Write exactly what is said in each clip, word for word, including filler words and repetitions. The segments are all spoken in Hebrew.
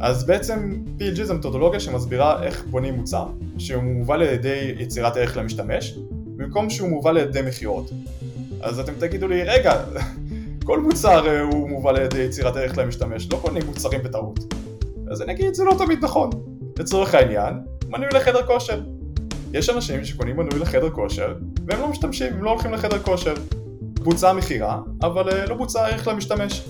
אז בעצם פי אל ג'י זה מתודולוגיה שמסבירה איך בונים מוצר, שהוא מובל על ידי יצירת ערך למשתמש, במקום שהוא מובל על ידי מכירות. אז אתם תגידו לי, רגע, כל מוצר הוא מובל על ידי יצירת ערך למשתמש, לא קונים מוצרים בטעות. אז אני אגיד, זה לא תמיד נכון. לצורך העניין, מנוי לחדר כושר. יש אנשים שקונים מנוי לחדר כושר, והם לא משתמשים, הם לא הולכים לחדר כושר. בוצעה מחירה, אבל לא בוצעה ערך למשתמש.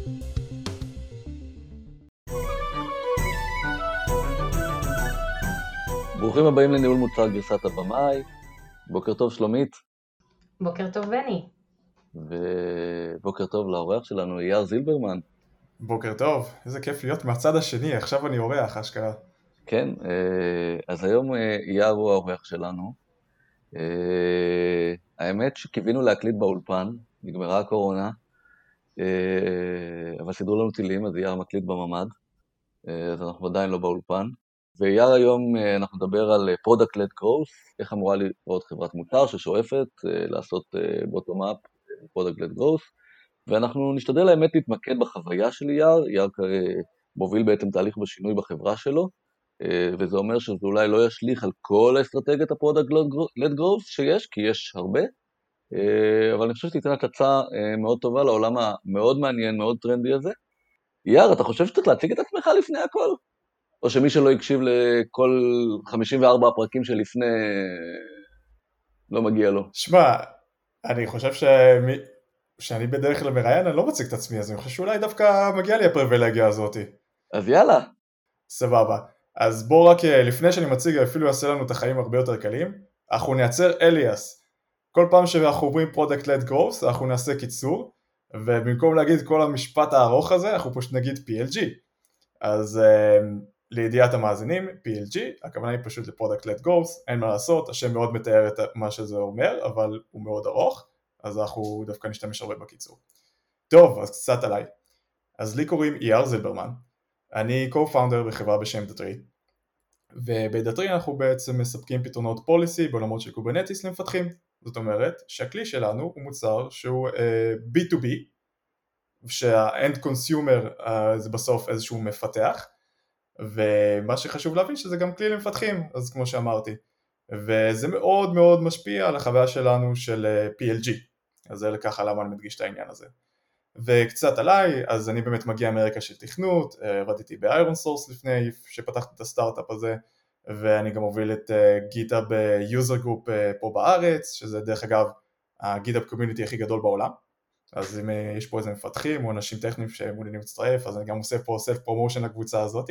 ברוכים הבאים לניהול מוצר גרסת הבמאי. בוקר טוב שלומית. בוקר טוב בני. ובוקר טוב לאורח שלנו אייל זילברמן. בוקר טוב, איזה כיף להיות מהצד השני, עכשיו אני אורח, אשכרה. כן, אז היום אייל הוא האורח שלנו. האמת שקיווינו להקליט באולפן, נגמרה הקורונה, אבל סידרו לנו טילים, אז אייל מקליט בממד, אז אנחנו עדיין לא באולפן. ואייל היום אנחנו נדבר על Product Led Growth, איך אמורה לראות חברת מוצר ששואפת לעשות bottom-up Product Led Growth, ואנחנו נשתדל האמת להתמקד בחוויה של אייל. אייל מוביל בעצם תהליך בשינוי בחברה שלו, וזה אומר שזה אולי לא ישליך על כל האסטרטגיית ה-Product Led Growth שיש, כי יש הרבה, אבל אני חושב שתיתן הצעה מאוד טובה לעולם המאוד מעניין, מאוד טרנדי הזה. אייל, אתה חושב שצריך להציג את עצמך לפני הכל? או שמי שלא יקשיב לכל חמישים וארבעה הפרקים שלפני לא מגיע לו? שמע, אני חושב ש... שאני בדרך כלל מראיין, אני לא מציג את עצמי, אז אני חושב שאולי דווקא מגיע לי הפריבילגיה הזאת. אז יאללה. סבבה. אז בוא רק לפני שאני מציג, אפילו יעשה לנו את החיים הרבה יותר קלים, אנחנו נייצר אליאס. כל פעם שאנחנו אומרים Product Led Growth, אנחנו נעשה קיצור, ובמקום להגיד כל המשפט הארוך הזה, אנחנו פשוט נגיד פי אל ג'י. אז לידיעת המאזינים, פי אל ג'י, הכוונה היא פשוט ל-Product Led Growth, אין מה לעשות, השם מאוד מתאר את מה שזה אומר, אבל הוא מאוד ארוך, אז אנחנו דווקא נשתמש הרבה בקיצור. טוב, אז קצת עליי. אז לי קוראים אייל זילברמן, אני co-founder בחברה בשם דאטרי, ובדאטרי אנחנו בעצם מספקים פתרונות פוליסי בעולמות של קוברנטיס למפתחים. זאת אומרת שהכלי שלנו הוא מוצר שהוא uh, בי טו בי, שה-end consumer uh, זה בסוף איזשהו מפתח, ומה שחשוב להבין שזה גם כלי למפתחים, אז כמו שאמרתי, וזה מאוד מאוד משפיע על החוויה שלנו של פי אל ג'י, אז זה ככה למה אני מדגיש את העניין הזה. וקצת עליי, אז אני באמת מגיע מאמריקה של תכנות, עבדתי באיירון סורס לפני שפתחתי את הסטארט-אפ הזה, ואני גם מוביל את גיטהאב יוזר גרופ פה בארץ, שזה דרך אגב הגיטהאב קומיוניטי הכי גדול בעולם, אז אם יש פה איזה מפתחים או אנשים טכניים שמעוניינים להצטרף, אז אני גם עושה פה סלף פרומושן לקבוצה הזאת.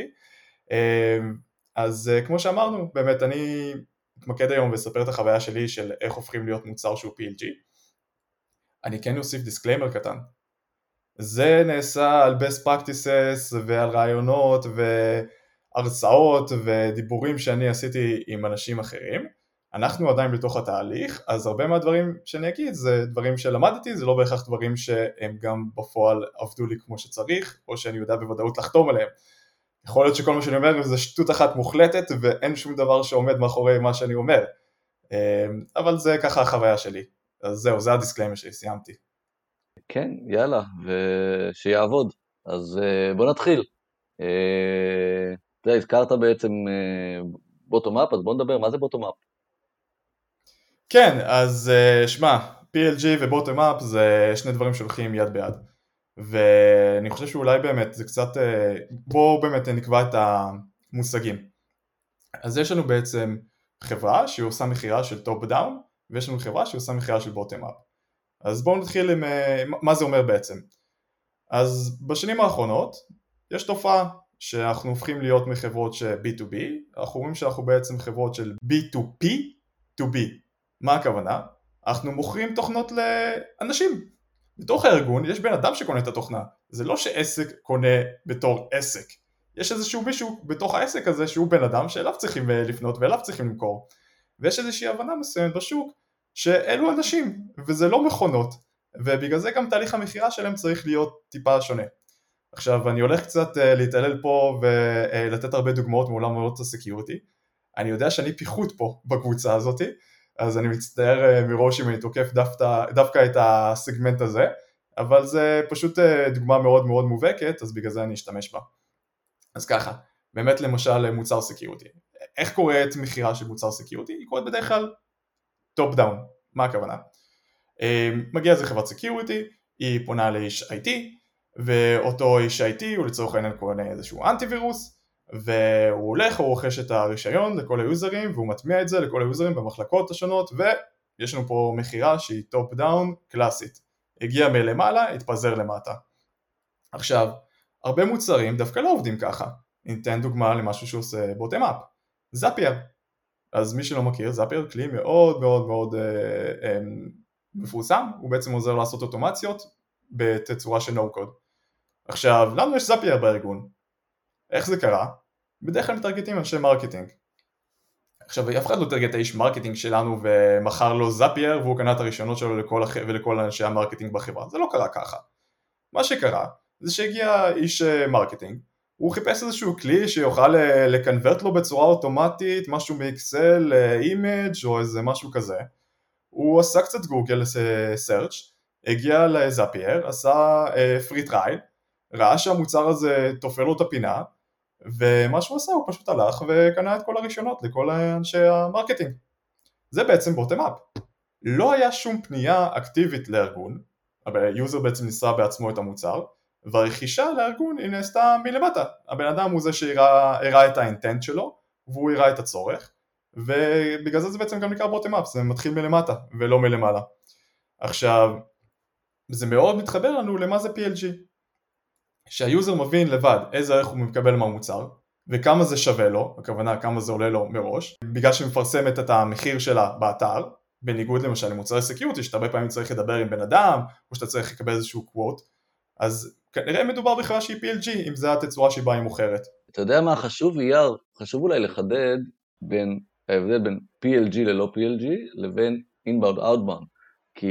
אז כמו שאמרנו, באמת אני מתמקד היום ואספר את החוויה שלי של איך הופכים להיות מוצר שהוא פי אל ג'י. אני כן אוסיף דיסקליימר קטן. זה נעשה על best practices ועל רעיונות והרצאות ודיבורים שאני עשיתי עם אנשים אחרים. אנחנו עדיין בתוך התהליך, אז הרבה מהדברים שאני אגיד זה דברים שלמדתי, זה לא בהכרח דברים שהם גם בפועל עבדו לי כמו שצריך, או שאני יודע בוודאות לחתום עליהם. יכול להיות שכל מה שאני אומר זה שטות אחת מוחלטת, ואין שום דבר שעומד מאחורי מה שאני אומר. אבל זה ככה החוויה שלי. אז זהו, זה הדיסקליימר שלי, סיימתי. כן, יאללה, ושיעבוד. אז בוא נתחיל. אתה הזכרת בעצם בוטום-אפ, אז בוא נדבר, מה זה בוטום-אפ? כן, אז שמע, פי אל ג'י ובוטום-אפ זה שני דברים שהולכים יד ביד. ואני חושב שאולי באמת זה קצת, בואו באמת נקבע את המושגים. אז יש לנו בעצם חברה שהיא עושה מחירה של טופ דאון, ויש לנו חברה שהיא עושה מחירה של בוטום-אפ. אז בואו נתחיל עם מה זה אומר בעצם. אז בשנים האחרונות יש תופעה שאנחנו הופכים להיות מחברות של בי טו בי, אנחנו רואים שאנחנו בעצם חברות של בי טו פי טו בי. מה הכוונה? אנחנו מוכרים תוכנות לאנשים. בתוך הארגון יש בן אדם שקונה את התוכנה, זה לא שעסק קונה בתור עסק, יש איזשהו מישהו בתוך העסק הזה שהוא בן אדם שאליו צריכים לפנות ואליו צריכים למכור, ויש איזושהי הבנה מסוימת בשוק שאלו אנשים וזה לא מכונות, ובגלל זה גם תהליך המחירה שלהם צריך להיות טיפה שונה. עכשיו אני הולך קצת להתעלל פה ולתת הרבה דוגמאות מעולם מעולמות הסקיוריטי, אני יודע שאני פיחות פה בקבוצה הזאת, אז אני מצטער מראש אם אני תוקף דווקא, דווקא את הסגמנט הזה, אבל זה פשוט דוגמה מאוד מאוד מובהקת, אז בגלל זה אני אשתמש בה. אז ככה, באמת למשל מוצר סקיוריטי. איך קורית מחירה של מוצר סקיוריטי? היא קורית בדרך כלל טופ דאון. מה הכוונה? מגיע איזה חברת סקיוריטי, היא פונה לאיש איי טי, ואותו איש איי טי הוא לצורך העניין קונה איזשהו אנטיווירוס, והוא הולך, הוא רוכש את הרישיון לכל היוזרים, והוא מטמיע את זה לכל היוזרים במחלקות השונות, ויש לנו פה מחירה שהיא טופ דאון קלאסית. הגיע מלמעלה, התפזר למטה. עכשיו, הרבה מוצרים דווקא לא עובדים ככה. ניתן דוגמה למשהו שעושה בוטם אפ. זאפייר. אז מי שלא מכיר, זאפייר כלי מאוד מאוד מאוד אה, אה, מפורסם, הוא בעצם עוזר לעשות אוטומציות בתצורה של no code. עכשיו, לנו יש זאפייר בארגון. איך זה קרה? בדרך כלל מטרגטים אנשי מרקטינג. עכשיו, אף אחד לא טרגט האיש מרקטינג שלנו ומכר לו זאפייר והוא קנה את הראשונות שלו לכל הח... ולכל אנשי המרקטינג בחברה. זה לא קרה ככה. מה שקרה זה שהגיע איש מרקטינג, הוא חיפש איזשהו כלי שיוכל לקנברט לו בצורה אוטומטית, משהו מאקסל לאימג' או איזה משהו כזה. הוא עשה קצת גוגל סרצ', הגיע לזאפייר, עשה פרי טרייל, ראה שהמוצר הזה תופר לו את הפינה, ומה שהוא עשה הוא פשוט הלך וקנה את כל הראשונות לכל אנשי המרקטינג. זה בעצם בוטם אפ. לא היה שום פנייה אקטיבית לארגון, אבל היוזר בעצם ניסה בעצמו את המוצר, והרכישה לארגון היא נעשתה מלמטה. הבן אדם הוא זה שהראה את האינטנט שלו, והוא הראה את הצורך, ובגלל זה זה בעצם גם נקרא בוטם אפ, זה מתחיל מלמטה ולא מלמעלה. עכשיו, זה מאוד מתחבר לנו למה זה פי אל ג'י. שהיוזר מבין לבד איזה ערך הוא מקבל מהמוצר, וכמה זה שווה לו, הכוונה כמה זה עולה לו מראש, בגלל שמפרסמת את המחיר שלה באתר, בניגוד למשל למוצרי סקיוריטי, שאתה הרבה פעמים צריך לדבר עם בן אדם, או שאתה צריך לקבל איזשהו קווט, אז כנראה מדובר בחברה שהיא פי אל ג'י, אם זה התצורה שבה היא מוכרת. אתה יודע מה חשוב, אייר? חשוב אולי לחדד בין ההבדל בין פי אל ג'י ללא פי אל ג'י, לבין inbound outbound, כי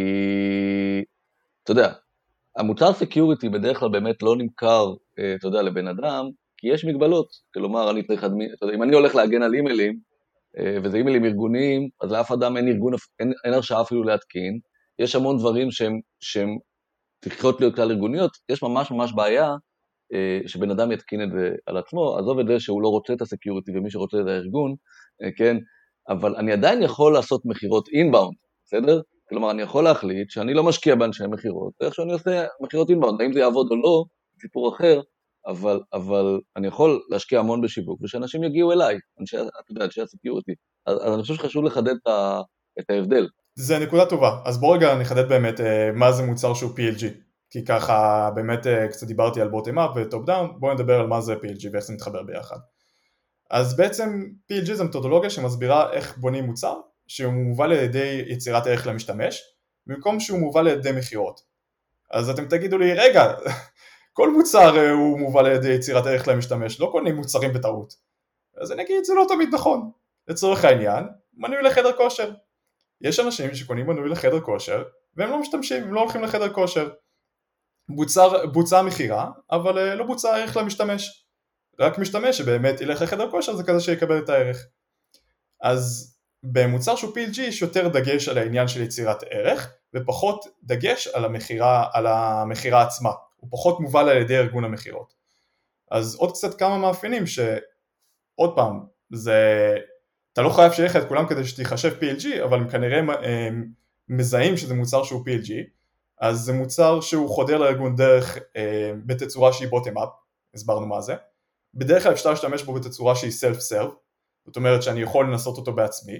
אתה יודע, המוצר סקיוריטי בדרך כלל באמת לא נמכר, אתה יודע, לבן אדם, כי יש מגבלות, כלומר, אני צריך, אתה יודע, אם אני הולך להגן על אימיילים, וזה אימיילים ארגוניים, אז לאף אדם אין ארגון, אין, אין הרשאה אפילו להתקין, יש המון דברים שהם, שהם צריכות להיות כלל ארגוניות, יש ממש ממש בעיה, שבן אדם יתקין את זה על עצמו, עזוב את זה שהוא לא רוצה את הסקיוריטי, ומי שרוצה את הארגון, כן, אבל אני עדיין יכול לעשות מחירות אינבאונד, בסדר? כלומר, אני יכול להחליט שאני לא משקיע באנשי מחירות, איך שאני עושה מחירות אינבאונד, האם זה יעבוד או לא, סיפור אחר, אבל, אבל אני יכול להשקיע המון בשיווק, ושאנשים יגיעו אליי, אנשי, אתה יודע, אנשי הסקיוריטי. אז, אז אני חושב שחשוב לחדד את, ה, את ההבדל. זה נקודה טובה, אז בוא רגע נחדד באמת מה זה מוצר שהוא פי אל ג'י, כי ככה באמת קצת דיברתי על בוטם אפ וטופ דאון, בואו נדבר על מה זה פי אל ג'י ואיך זה מתחבר ביחד. אז בעצם פי אל ג'י זה מתודולוגיה שמסבירה איך בונים מוצר, שהוא מובל על ידי יצירת ערך למשתמש, במקום שהוא מובל על ידי מחירות. אז אתם תגידו לי, רגע, כל מוצר הוא מובל על ידי יצירת ערך למשתמש, לא קונים מוצרים בטעות. אז אני אגיד, זה לא תמיד נכון. לצורך העניין, מנוי לחדר כושר. יש אנשים שקונים מנוי לחדר כושר, והם לא משתמשים, הם לא הולכים לחדר כושר. בוצע, בוצע מחירה, אבל לא בוצע ערך למשתמש. רק משתמש שבאמת ילך לחדר כושר, זה כזה שיקבל את הערך. אז במוצר שהוא פי אל ג'י יש יותר דגש על העניין של יצירת ערך, ופחות דגש על המחירה, על המחירה עצמה. הוא פחות מובל על ידי ארגון המחירות. אז עוד קצת כמה מאפיינים שעוד פעם, זה, אתה לא חייב שיהיה לך את כולם כדי שתיחשב פי אל ג'י, אבל הם כנראה הם מזהים שזה מוצר שהוא פי אל ג'י, אז זה מוצר שהוא חודר לארגון דרך בתצורה שהיא בוטם אפ, הסברנו מה זה. בדרך כלל אפשר להשתמש בו בתצורה שהיא סלף סרב, זאת אומרת שאני יכול לנסות אותו בעצמי,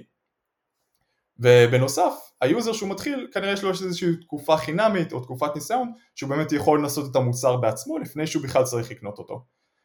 ובנוסף, היוזר שהוא מתחיל, כנראה יש לו איזושהי תקופה חינמית או תקופת ניסיון, שהוא באמת יכול לנסות את המוצר בעצמו, לפני שהוא בכלל צריך לקנות אותו.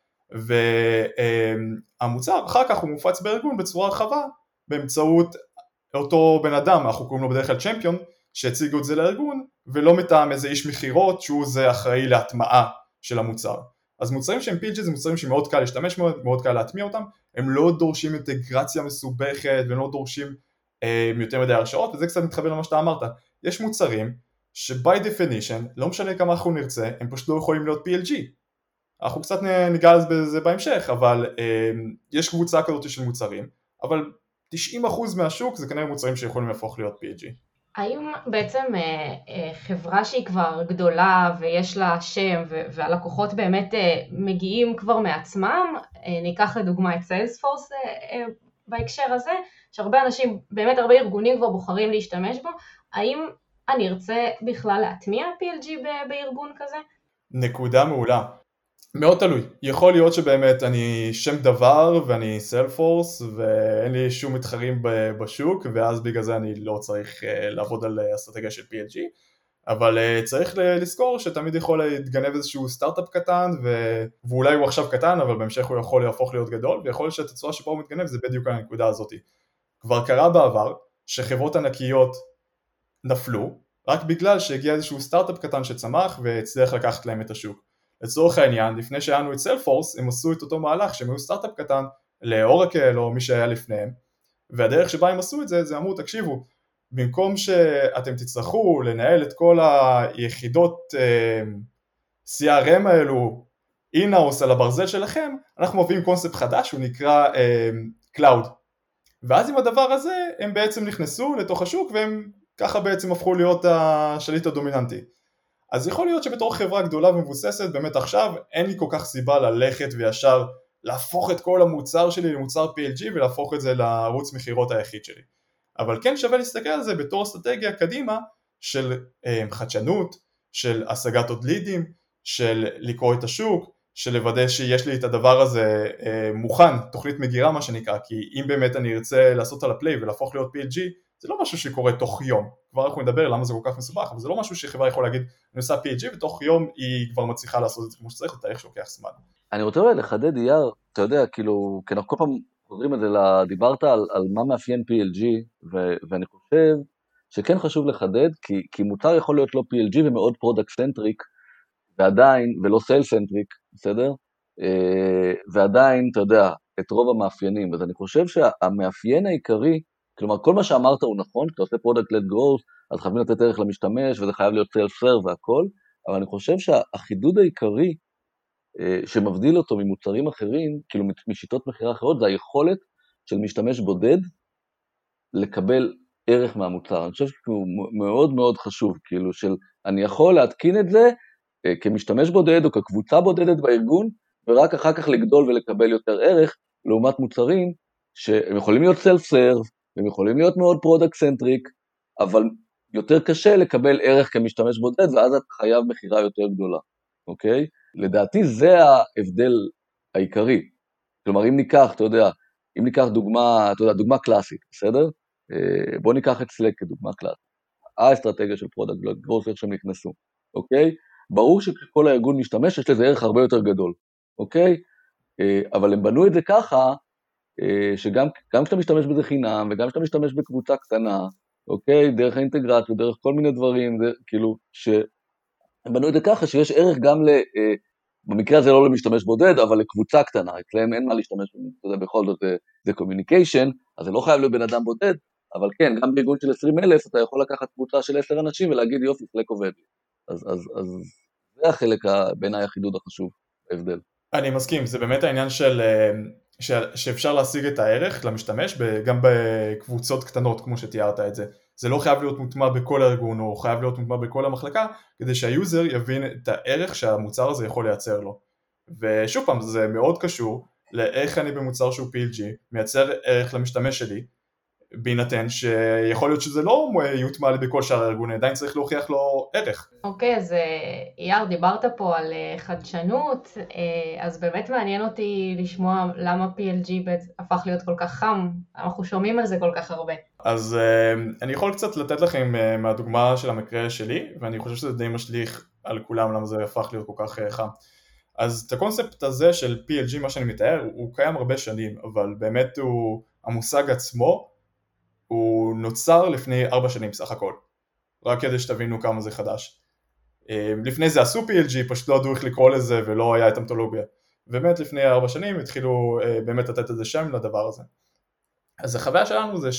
והמוצר אחר כך הוא מופץ בארגון בצורה רחבה, באמצעות אותו בן אדם, אנחנו קוראים לו בדרך כלל צ'מפיון, שהציגו את זה לארגון, ולא מטעם איזה איש מחירות, שהוא זה אחראי להטמעה של המוצר. אז מוצרים שהם פי אל ג'י זה מוצרים שמאוד קל להשתמש מאוד, מאוד קל להטמיע אותם, הם לא דורשים אינטגרציה מסובכת, והם לא דורשים יותר מדי הרשאות, וזה קצת מתחבר למה שאתה אמרת. יש מוצרים שבי definition, לא משנה כמה אנחנו נרצה, הם פשוט לא יכולים להיות פי אל ג'י. אנחנו קצת ניגע בזה בהמשך, אבל יש קבוצה כזאת של מוצרים, אבל תשעים אחוז מהשוק זה כנראה מוצרים שיכולים להפוך להיות פי אל ג'י. האם בעצם חברה שהיא כבר גדולה ויש לה שם והלקוחות באמת מגיעים כבר מעצמם, ניקח לדוגמה את סיילספורס בהקשר הזה, שהרבה אנשים, באמת הרבה ארגונים כבר בוחרים להשתמש בו, האם אני ארצה בכלל להטמיע פי אל ג'י בארגון כזה? נקודה מעולה. מאוד תלוי. יכול להיות שבאמת אני שם דבר ואני סיילספורס ואין לי שום מתחרים בשוק, ואז בגלל זה אני לא צריך לעבוד על אסטרטגיה של פי אל ג'י, אבל צריך לזכור שתמיד יכול להתגנב איזשהו סטארט-אפ קטן, ו... ואולי הוא עכשיו קטן אבל בהמשך הוא יכול להפוך להיות גדול, ויכול להיות שהתצורה שפה הוא מתגנב זה בדיוק הנקודה הזאת. כבר קרה בעבר שחברות ענקיות נפלו רק בגלל שהגיע איזשהו סטארט-אפ קטן שצמח והצליח לקחת להם את השוק. לצורך העניין, לפני שהיינו את סיילספורס, הם עשו את אותו מהלך שהם היו סטארט-אפ קטן לאורקל או מי שהיה לפניהם, והדרך שבה הם עשו את זה, זה אמרו, תקשיבו, במקום שאתם תצטרכו לנהל את כל היחידות סי אר אם האלו אין-האוס על הברזל שלכם, אנחנו מביאים קונספט חדש, הוא נקרא Cloud. ואז עם הדבר הזה, הם בעצם נכנסו לתוך השוק, והם ככה בעצם הפכו להיות השליט הדומיננטי. אז יכול להיות שבתור חברה גדולה ומבוססת, באמת עכשיו אין לי כל כך סיבה ללכת וישר להפוך את כל המוצר שלי למוצר פי אל ג'י ולהפוך את זה לערוץ מחירות היחיד שלי. אבל כן שווה להסתכל על זה בתור אסטרטגיה קדימה של חדשנות, של השגת עוד לידים, של לקרוא את השוק, של לוודא שיש לי את הדבר הזה מוכן, תוכנית מגירה מה שנקרא, כי אם באמת אני ארצה לעשות על הפליי ולהפוך להיות פי אל ג'י, זה לא משהו שקורה תוך יום, כבר אנחנו נדבר למה זה כל כך מסובך, אבל זה לא משהו שחברה יכול להגיד, אני עושה פי אל ג'י ותוך יום היא כבר מצליחה לעשות את זה כמו שצריך, זה תהליך שלוקח זמן. אני רוצה אולי לחדד אייר, אתה יודע, כאילו, כי אנחנו כל פעם חוזרים את זה, דיברת על, על מה מאפיין פי אל ג'י, ו, ואני חושב שכן חשוב לחדד, כי, כי מוצר יכול להיות לא פי אל ג'י ומאוד פרודקט סנטריק, ועדיין, ולא סייל סנטריק, בסדר? ועדיין, אתה יודע, את רוב המאפיינים, אז אני חושב שהמאפיין העיקרי, כלומר, כל מה שאמרת הוא נכון, כשאתה עושה product-led growth, אז חייבים לתת ערך למשתמש, וזה חייב להיות self-serve והכל, אבל אני חושב שהחידוד העיקרי, שמבדיל אותו ממוצרים אחרים, כאילו משיטות מחירה אחרות, זה היכולת של משתמש בודד, לקבל ערך מהמוצר. אני חושב שהוא מאוד מאוד חשוב, כאילו של, אני יכול להתקין את זה, כמשתמש בודד או כקבוצה בודדת בארגון, ורק אחר כך לגדול ולקבל יותר ערך, לעומת מוצרים שהם יכולים להיות self-serve, הם יכולים להיות מאוד product-centric, אבל יותר קשה לקבל ערך כמשתמש בודד, ואז את חייב מחירה יותר גדולה, אוקיי? לדעתי זה ההבדל העיקרי. כלומר, אם ניקח, אתה יודע, אם ניקח דוגמה, אתה יודע, דוגמה קלאסית, בסדר? בוא ניקח את Slack כדוגמה קלאסית. האסטרטגיה של product-led growth, איך שהם נכנסו, אוקיי? ברור שכל הארגון משתמש, יש לזה ערך הרבה יותר גדול, אוקיי? אבל הם בנו את זה ככה, שגם גם כשאתה משתמש בזה חינם, וגם כשאתה משתמש בקבוצה קטנה, אוקיי? דרך האינטגרציה, דרך כל מיני דברים, זה, כאילו, שהם בנו את זה ככה, שיש ערך גם ל... במקרה הזה לא למשתמש בודד, אבל לקבוצה קטנה, אצלם אין מה להשתמש, אתה יודע, בכל זאת זה, זה communication, אז זה לא חייב להיות בן אדם בודד, אבל כן, גם בארגון של עשרים אלף, אתה יכול לקחת קבוצה של עשרה אנשים, ולהגיד יופי, Slack עובד. אז, אז, אז זה החלק בעיניי החידוד החשוב, ההבדל. אני מסכים, זה באמת העניין של, ש, שאפשר להשיג את הערך למשתמש, גם בקבוצות קטנות, כמו שתיארת את זה. זה לא חייב להיות מוטמע בכל הארגון, או חייב להיות מוטמע בכל המחלקה, כדי שהיוזר יבין את הערך שהמוצר הזה יכול לייצר לו. ושוב פעם, זה מאוד קשור לאיך אני במוצר שהוא פי אל ג'י, מייצר ערך למשתמש שלי, בהינתן שיכול להיות שזה לא יוטמע לי בכל שאר הארגון, עדיין צריך להוכיח לו ערך. אוקיי, אז אייר, דיברת פה על חדשנות, אז באמת מעניין אותי לשמוע למה פי אל ג'י הפך להיות כל כך חם, אנחנו שומעים על זה כל כך הרבה. אז אני יכול קצת לתת לכם מהדוגמה של המקרה שלי, ואני חושב שזה די משליך על כולם למה זה הפך להיות כל כך חם. אז את הקונספט הזה של פי אל ג'י, מה שאני מתאר, הוא קיים הרבה שנים, אבל באמת הוא, המושג עצמו, הוא נוצר לפני ארבע שנים סך הכל, רק כדי שתבינו כמה זה חדש. לפני זה עשו פי אל ג'י, פשוט לא ידעו איך לקרוא לזה ולא היה את המתולוגיה. באמת לפני ארבע שנים התחילו באמת לתת איזה שם לדבר הזה. אז החוויה שלנו זה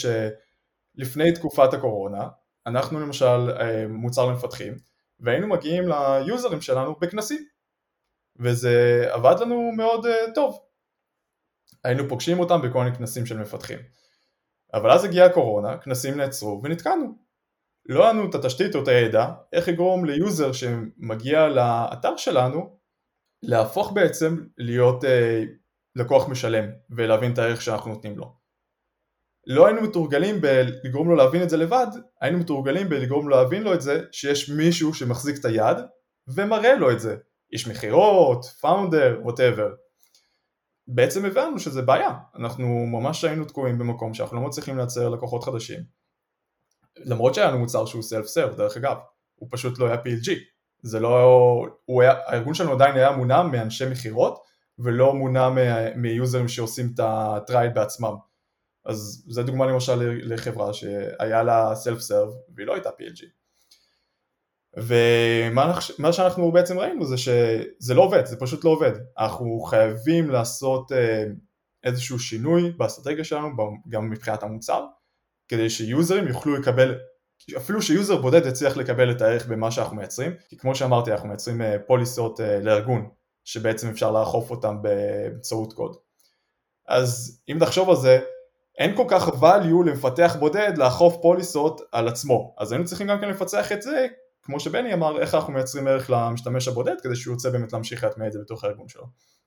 שלפני תקופת הקורונה, אנחנו למשל מוצר למפתחים, והיינו מגיעים ליוזרים שלנו בכנסים, וזה עבד לנו מאוד טוב. היינו פוגשים אותם בכל מיני כנסים של מפתחים. אבל אז הגיעה הקורונה, כנסים נעצרו ונתקענו. לא היה לנו את התשתית או את הידע, איך לגרום ליוזר שמגיע לאתר שלנו, להפוך בעצם להיות אה, לקוח משלם, ולהבין את הערך שאנחנו נותנים לו. לא היינו מתורגלים בלגרום לו להבין את זה לבד, היינו מתורגלים בלגרום לו להבין לו את זה, שיש מישהו שמחזיק את היד, ומראה לו את זה. איש מחירות, פאונדר, whatever. בעצם הבנו שזה בעיה, אנחנו ממש היינו תקועים במקום שאנחנו לא מצליחים לייצר לקוחות חדשים. למרות שהיה לנו מוצר שהוא self-serve, דרך אגב, הוא פשוט לא היה פי אל ג'י. זה לא, הוא היה, הארגון שלנו עדיין היה מונע מאנשי מחירות, ולא מונע מיוזרים שעושים את הטרייל בעצמם. אז זו דוגמה למשל לחברה שהיה לה self-serve, והיא לא הייתה פי אל ג'י. ומה שאנחנו בעצם ראינו זה שזה לא עובד, זה פשוט לא עובד. אנחנו חייבים לעשות איזשהו שינוי באסטרטגיה שלנו, גם מבחינת המוצר, כדי שיוזרים יוכלו לקבל, אפילו שיוזר בודד יצליח לקבל את הערך במה שאנחנו מייצרים, כי כמו שאמרתי, אנחנו מייצרים פוליסות לארגון, שבעצם אפשר לאכוף אותם באמצעות קוד. אז אם תחשוב על זה, אין כל כך value למפתח בודד לאכוף פוליסות על עצמו, אז היינו צריכים גם כן לפצח את זה, כמו שבני אמר, איך אנחנו מייצרים ערך למשתמש הבודד, כדי שהוא יוצא באמת להמשיך להטמיע את זה בתוך הארגון שלו.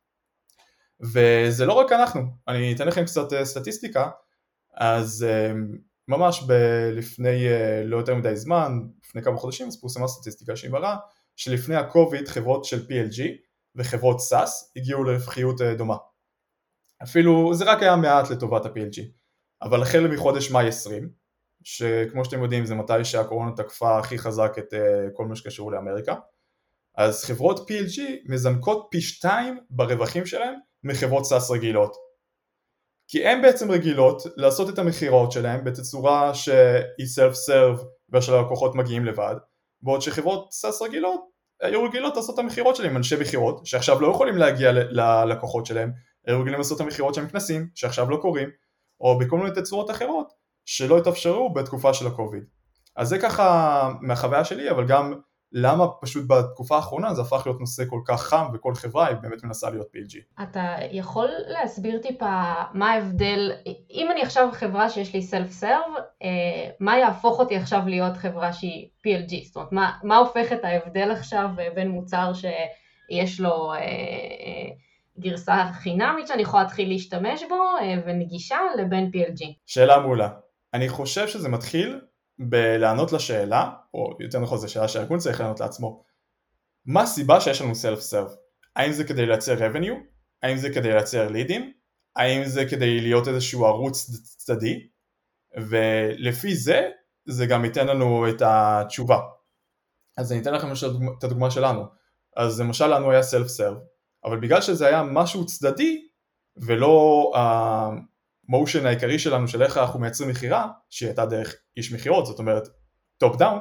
וזה לא רק אנחנו, אני אתן לכם קצת סטטיסטיקה, אז ממש ב- לפני לא יותר מדי זמן, לפני כמה חודשים, אז פורסמה סטטיסטיקה שהיא מראה, שלפני הקוביד חברות של פי אל ג'י וחברות סאס הגיעו לרווחיות דומה. אפילו זה רק היה מעט לטובת ה-פי אל ג'י, אבל החל מחודש מאי עשרים, שכמו שאתם יודעים זה מתי שהקורונה תקפה הכי חזק את כל מה שקשור לאמריקה, אז חברות פי אל ג'י מזנקות פי שתיים ברווחים שלהם מחברות סאס רגילות. כי הן בעצם רגילות לעשות את המחירות שלהם בתצורה שהיא self-serve ושהלקוחות מגיעים לבד, בעוד שחברות סאס רגילות היו רגילות לעשות את המחירות שלהם, אנשי מחירות שעכשיו לא יכולים להגיע ללקוחות שלהם, היו רגילים לעשות את המחירות שהם כנסים שעכשיו לא קורים, או בכל מיני תצורות אחרות שלא התאפשרו בתקופה של הקוביד. אז זה ככה מהחוויה שלי, אבל גם למה פשוט בתקופה האחרונה זה הפך להיות נושא כל כך חם וכל חברה היא באמת מנסה להיות פי אל ג'י. אתה יכול להסביר טיפה מה ההבדל, אם אני עכשיו חברה שיש לי self-serve, מה יהפוך אותי עכשיו להיות חברה שהיא פי אל ג'י? זאת אומרת, מה, מה הופך את ההבדל עכשיו בין מוצר שיש לו גרסה חינמית שאני יכולה להתחיל להשתמש בו ונגישה לבין פי אל ג'י? שאלה מעולה. אני חושב שזה מתחיל בלענות לשאלה, או יותר נכון זו שאלה שהארגון צריך לענות לעצמו, מה הסיבה שיש לנו self-serve? האם זה כדי לייצר revenue? האם זה כדי לייצר לידים? האם זה כדי להיות איזשהו ערוץ צדדי? ולפי זה, זה גם ייתן לנו את התשובה. אז אני אתן לכם את הדוגמה שלנו. אז למשל לנו היה self-serve, אבל בגלל שזה היה משהו צדדי, ולא המושן העיקרי שלנו של איך אנחנו מייצרים מחירה, שהיא הייתה דרך איש מחירות, זאת אומרת טופ דאון,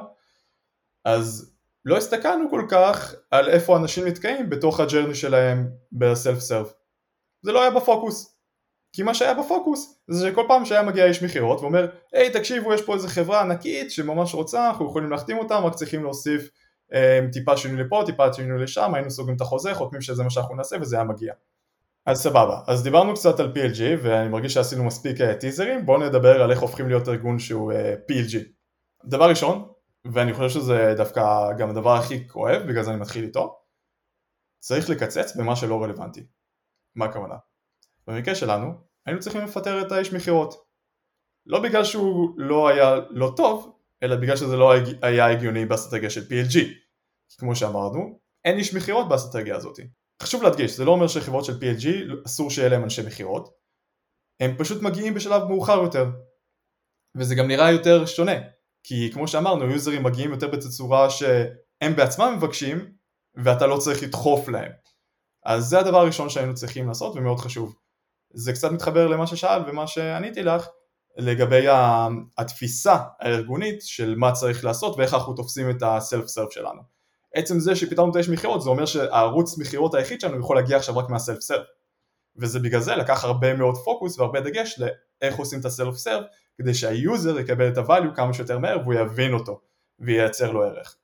אז לא הסתכלנו כל כך על איפה אנשים נתקעים בתוך הג'רני שלהם בסלף-סרב. זה לא היה בפוקוס. כי מה שהיה בפוקוס זה שכל פעם שהיה מגיע איש מחירות ואומר, היי תקשיבו, יש פה איזו חברה ענקית שממש רוצה, אנחנו יכולים להחתים אותם, רק צריכים להוסיף אה, טיפה שינוי לפה, טיפה שינוי לשם, היינו סוגרים את החוזה, חותמים שזה מה שאנחנו נעשה וזה היה מגיע. אז סבבה, אז דיברנו קצת על פי אל ג'י ואני מרגיש שעשינו מספיק uh, טיזרים, בואו נדבר על איך הופכים להיות ארגון שהוא uh, פי אל ג'י. דבר ראשון, ואני חושב שזה דווקא גם הדבר הכי כואב, בגלל זה אני מתחיל איתו, צריך לקצץ במה שלא רלוונטי. מה הכוונה? במקרה שלנו, היינו צריכים לפטר את האיש מחירות. לא בגלל שהוא לא היה לא טוב, אלא בגלל שזה לא היה הגיוני באסטרטגיה של פי אל ג'י. כמו שאמרנו, אין איש מחירות באסטרטגיה הזאת. חשוב להדגיש, זה לא אומר שחברות של פי אל ג'י אסור שיהיה להם אנשי מחירות, הם פשוט מגיעים בשלב מאוחר יותר, וזה גם נראה יותר שונה, כי כמו שאמרנו, יוזרים מגיעים יותר בתצורה שהם בעצמם מבקשים, ואתה לא צריך לדחוף להם. אז זה הדבר הראשון שהיינו צריכים לעשות, ומאוד חשוב. זה קצת מתחבר למה ששאל ומה שעניתי לך, לגבי התפיסה הארגונית של מה צריך לעשות, ואיך אנחנו תופסים את הסלף-סרף שלנו. עצם זה שפתאום יש מחירות, זה אומר שהערוץ מחירות היחיד שלנו יכול להגיע עכשיו רק מהסלף-סרף. וזה בגלל זה לקח הרבה מאוד פוקוס והרבה דגש לאיך עושים את הסלף-סרף, כדי שהיוזר יקבל את הvalue כמה שיותר מהר והוא יבין אותו וייצר לו ערך.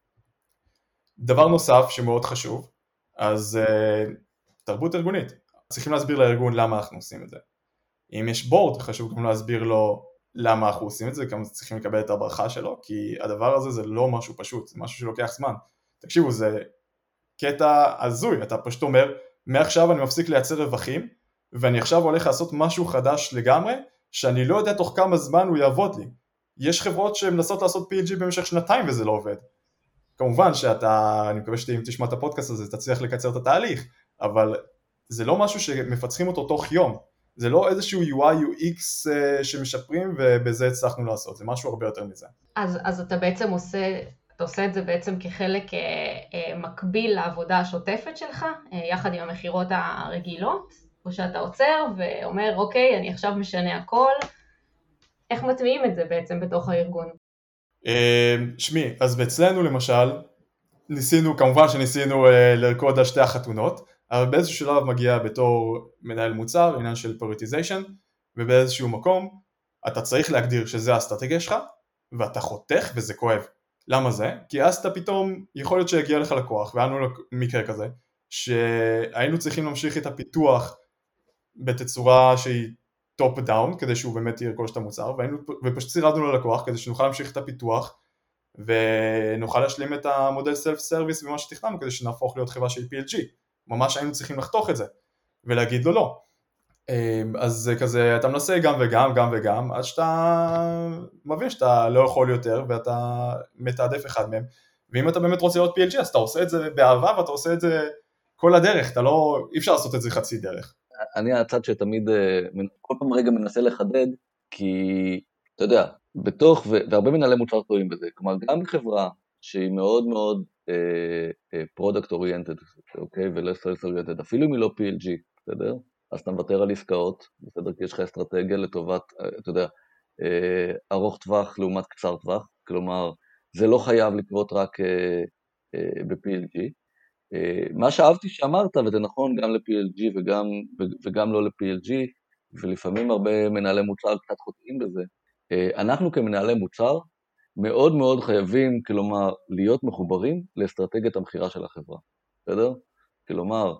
דבר נוסף שמאוד חשוב, אז uh, תרבות ארגונית. צריכים להסביר לארגון למה אנחנו עושים את זה. אם יש בורד, חשוב גם להסביר לו למה אנחנו עושים את זה, כמה צריכים לקבל את הברכה שלו, כי הדבר הזה זה לא משהו פשוט, זה משהו שלוקח זמן. תקשיבו, זה קטע הזוי, אתה פשוט אומר, מעכשיו אני מפסיק לייצר רווחים, ואני עכשיו הולך לעשות משהו חדש לגמרי, שאני לא יודע תוך כמה זמן הוא יעבוד לי. יש חברות שמנסות לעשות פי אל ג'י במשך שנתיים וזה לא עובד. כמובן שאתה, אני מקווה שאם תשמע את הפודקאסט הזה, תצליח לקצר את התהליך, אבל זה לא משהו שמפצחים אותו תוך יום. זה לא איזשהו יו איי יו אקס שמשפרים ובזה הצלחנו לעשות, זה משהו הרבה יותר מזה. אז, אז אתה בעצם עושה, אתה עושה את זה בעצם כחלק אה, אה, מקביל לעבודה השוטפת שלך, אה, יחד עם המחירות הרגילות, או שאתה עוצר ואומר, אוקיי, אני עכשיו משנה הכל, איך מטמיעים את זה בעצם בתוך הארגון? שמי, אז אצלנו למשל, ניסינו, כמובן שניסינו אה, לרקוד על שתי החתונות, אבל באיזשהו שלב מגיע בתור מנהל מוצר, עניין של פריוריטיזיישן, ובאיזשהו מקום אתה צריך להגדיר שזה האסטרטגיה שלך, ואתה חותך וזה כואב. למה זה? כי אז אתה פתאום, יכול להיות שהגיע לך לקוח, והיה לנו מקרה כזה, שהיינו צריכים להמשיך את הפיתוח בתצורה שהיא טופ דאון, כדי שהוא באמת ירכוש את המוצר, והיינו, ופשוט צירדנו ללקוח כדי שנוכל להמשיך את הפיתוח, ונוכל להשלים את המודל סלף סרוויס ומה שתכננו, כדי שנהפוך להיות חברה של פי אל ג'י. ממש היינו צריכים לחתוך את זה, ולהגיד לו לא. אז כזה, אתה מנסה גם וגם, גם וגם, עד שאתה מבין שאתה לא יכול יותר, ואתה מתעדף אחד מהם, ואם אתה באמת רוצה להיות פי אל ג'י, אז אתה עושה את זה באהבה, ואתה עושה את זה כל הדרך, אתה לא, אי אפשר לעשות את זה חצי דרך. אני הצד שתמיד, כל פעם רגע מנסה לחדד, כי, אתה יודע, בתוך, והרבה מנהלי מוצר טועים בזה, כלומר, גם חברה שהיא מאוד מאוד פרודקט אוריינטד, אוקיי, ולא סלס אוריינטד, אפילו אם היא לא פי אל ג'י, בסדר? אז אתה מוותר על עסקאות, בסדר? כי יש לך אסטרטגיה לטובת, אתה יודע, ארוך טווח לעומת קצר טווח, כלומר, זה לא חייב לקרות רק ב-פי אל ג'י. מה שאהבתי שאמרת, וזה נכון גם ל-פי אל ג'י וגם, וגם לא ל-פי אל ג'י, ולפעמים הרבה מנהלי מוצר קצת חוטאים בזה, אנחנו כמנהלי מוצר, מאוד מאוד חייבים, כלומר, להיות מחוברים לאסטרטגיית המחירה של החברה, בסדר? כלומר,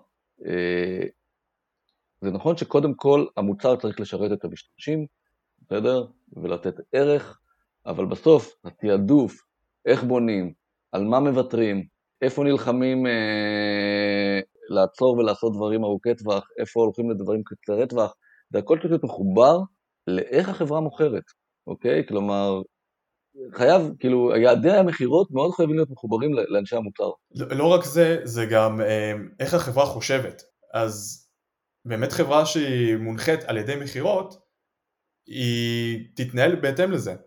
זה נכון שקודם כל המוצר צריך לשרת את המשתמשים, בסדר? ולתת ערך, אבל בסוף התיעדוף, איך בונים, על מה מבטרים, איפה נלחמים אה, לעצור ולעשות דברים ארוכי טווח, איפה הולכים לדברים קצרי טווח, זה הכל צריך להיות מחובר לאיך החברה מוכרת, אוקיי? כלומר, חייב, כאילו, יעדי המחירות מאוד חייבים להיות מחוברים לאנשי המוצר. לא, לא רק זה, זה גם אה, איך החברה חושבת. אז באמת חברה שהיא מונחית על ידי מחירות, היא תתנהל בהתאם לזה.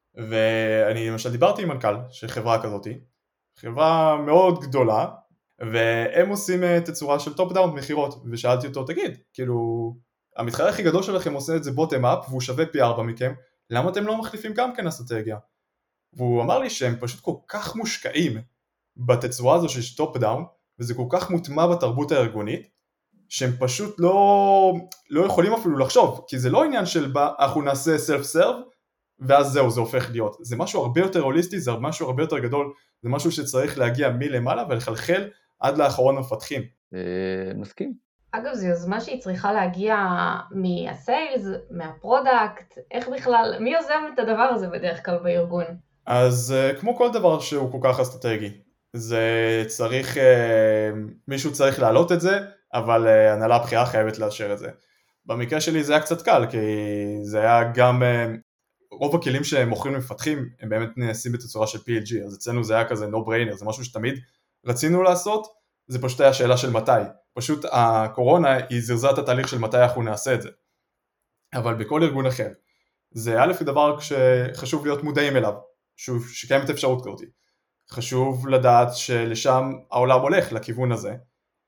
ואני למשל דיברתי עם מנכ"ל של חברה כזאת, חברה מאוד גדולה, והם עושים תצורה של טופ דאון מחירות, ושאלתי אותו, תגיד, כאילו, המתחרה הכי גדול שלכם עושה את זה בוטם אפ, והוא שווה פי ארבע מכם, למה אתם לא מחליפים גם כן אסטרטגיה? והוא אמר לי שהם פשוט כל כך מושקעים בתצורה הזו של טופ דאון, וזה כל כך מוטמע בתרבות הארגונית, שהם פשוט לא, לא יכולים אפילו לחשוב, כי זה לא עניין של אנחנו נעשה סלף סרב, ואז זהו, זה הופך להיות. זה משהו הרבה יותר הוליסטי, זה משהו הרבה יותר גדול, זה משהו שצריך להגיע מלמעלה ולחלחל עד לאחרון המפתחים. מסכים. אגב, זו יוזמה שהיא צריכה להגיע מהסיילס, מהפרודקט, איך בכלל, מי יוזם את הדבר הזה בדרך כלל בארגון? אז כמו כל דבר שהוא כל כך אסטרטגי, זה צריך, מישהו צריך להעלות את זה, אבל הנהלה הבכירה חייבת לאשר את זה. במקרה שלי זה היה קצת קל, כי זה היה גם, רוב הכלים שמוכרים למפתחים, הם באמת נעשים בתצורה של פי אל ג'י, אז אצלנו זה היה כזה no brainer, זה משהו שתמיד רצינו לעשות, זה פשוט היה שאלה של מתי. פשוט הקורונה היא זרזה את התהליך של מתי אנחנו נעשה את זה. אבל בכל ארגון אחר, זה א' דבר שחשוב להיות מודעים אליו, שוב, שקיימת אפשרות כזאת. חשוב לדעת שלשם העולם הולך, לכיוון הזה,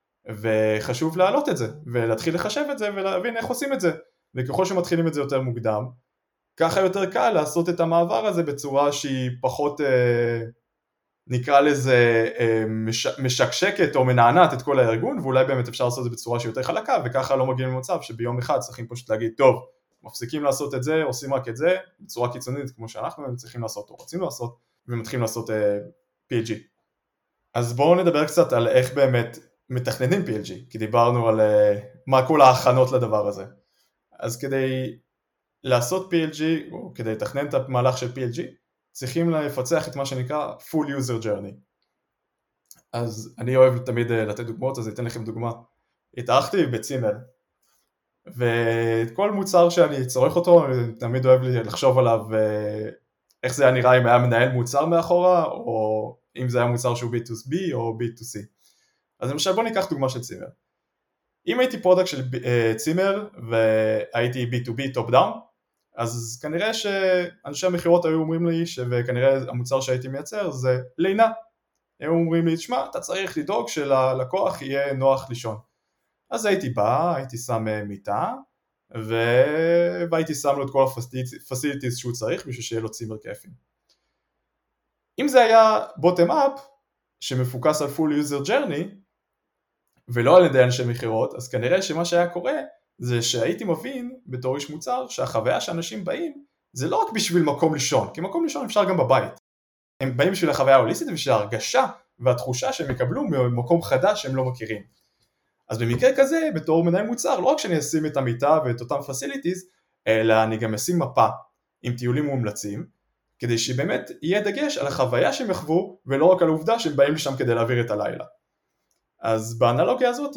וחשוב להעלות את זה, ולהתחיל לחשב את זה, ולהבין איך עושים את זה. וככל שמתחילים את זה יותר מוקדם, ככה יותר קל לעשות את המעבר הזה בצורה שהיא פחות, אה, נקרא לזה, אה, מש, משקשקת או מנענת את כל הארגון, ואולי באמת אפשר לעשות את זה בצורה שהיא יותר חלקה, וככה לא מגיעים למצב שביום אחד צריכים פשוט להגיד, טוב, מפסיקים לעשות את זה, עושים רק את זה, בצורה קיצונית כמו שאנחנו צריכים לעשות או רוצים לעשות, ומתחילים לעשות אה, פי אל ג'י. אז בואו נדבר קצת על איך באמת מתכננים פי אל ג'י, כי דיברנו על uh, מה כל ההכנות לדבר הזה. אז כדי לעשות פי אל ג'י, או כדי לתכנן את המהלך של פי אל ג'י, צריכים לפצח את מה שנקרא full user journey. אז אני אוהב תמיד לתת דוגמאות, אז אתן לכם דוגמה. התארחתי בצימר, וכל מוצר שאני צורך אותו, אני תמיד אוהב לחשוב עליו איך זה היה נראה אם היה מנהל מוצר מאחורה, או אם זה היה מוצר שהוא בי טו בי או בי טו סי. אז למשל בוא ניקח דוגמה של צימר. אם הייתי פרודקט של צימר והייתי בי טו בי טופ דאון, אז כנראה שאנשי המחירות היו אומרים לי, וכנראה המוצר שהייתי מייצר זה לינה. הם אומרים לי, תשמע, אתה צריך לדאוג שללקוח יהיה נוח לישון. אז הייתי בא, הייתי שם מיטה, ו... והייתי שם לו את כל הפסיליטיז שהוא צריך בשביל שיהיה לו צימר כיפי. אם זה היה bottom up, שמפוקס על full user journey, ולא על ידי אנשי מחירות, אז כנראה שמה שהיה קורה, זה שהייתי מבין בתור איש מוצר, שהחוויה שאנשים באים, זה לא רק בשביל מקום לישון, כי מקום לישון אפשר גם בבית. הם באים בשביל החוויה ההוליסטית ובשביל ההרגשה והתחושה שהם יקבלו ממקום חדש שהם לא מכירים. אז במקרה כזה, בתור מנהל מוצר, לא רק שאני אשים את המיטה ואת אותם פסיליטיז, אלא אני גם אשים מפה עם טיולים מומלצים, כדי שבאמת יהיה דגש על החוויה שהם יחוו, ולא רק על העובדה שהם באים לשם כדי להעביר את הלילה. אז באנלוגיה הזאת,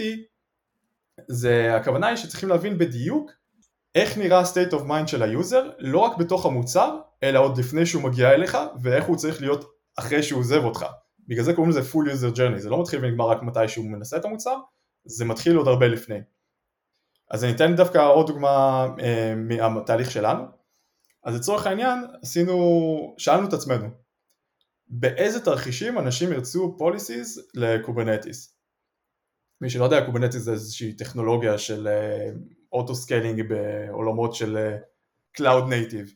זה, הכוונה היא שצריכים להבין בדיוק איך נראה ה-state of mind של היוזר, לא רק בתוך המוצר, אלא עוד לפני שהוא מגיע אליך, ואיך הוא צריך להיות אחרי שהוא עוזב אותך. בגלל זה קוראים לזה full user journey, זה לא מתחיל ונגמר רק מתי שהוא מנסה את המוצר, זה מתחיל עוד הרבה לפני. אז אני אתן דווקא עוד דוגמה אה, מהתהליך שלנו. אז לצורך העניין, עשינו, שאלנו את עצמנו, באיזה תרחישים אנשים ירצו policies לקוברנטיס? מי שלא יודע, קוברנטיס זה איזושהי טכנולוגיה של אוטו סקיילינג בעולמות של Cloud Native.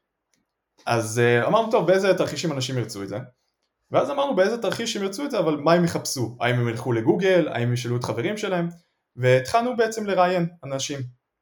אז אמרנו, טוב, באיזה תרחישים אנשים ירצו את זה? ואז אמרנו באיזה תרחיש הם ירצו את זה, אבל מה הם יחפשו? האם הם ילכו לגוגל? האם ישאלו את חברים שלהם? והתחלנו בעצם לראיין אנשים.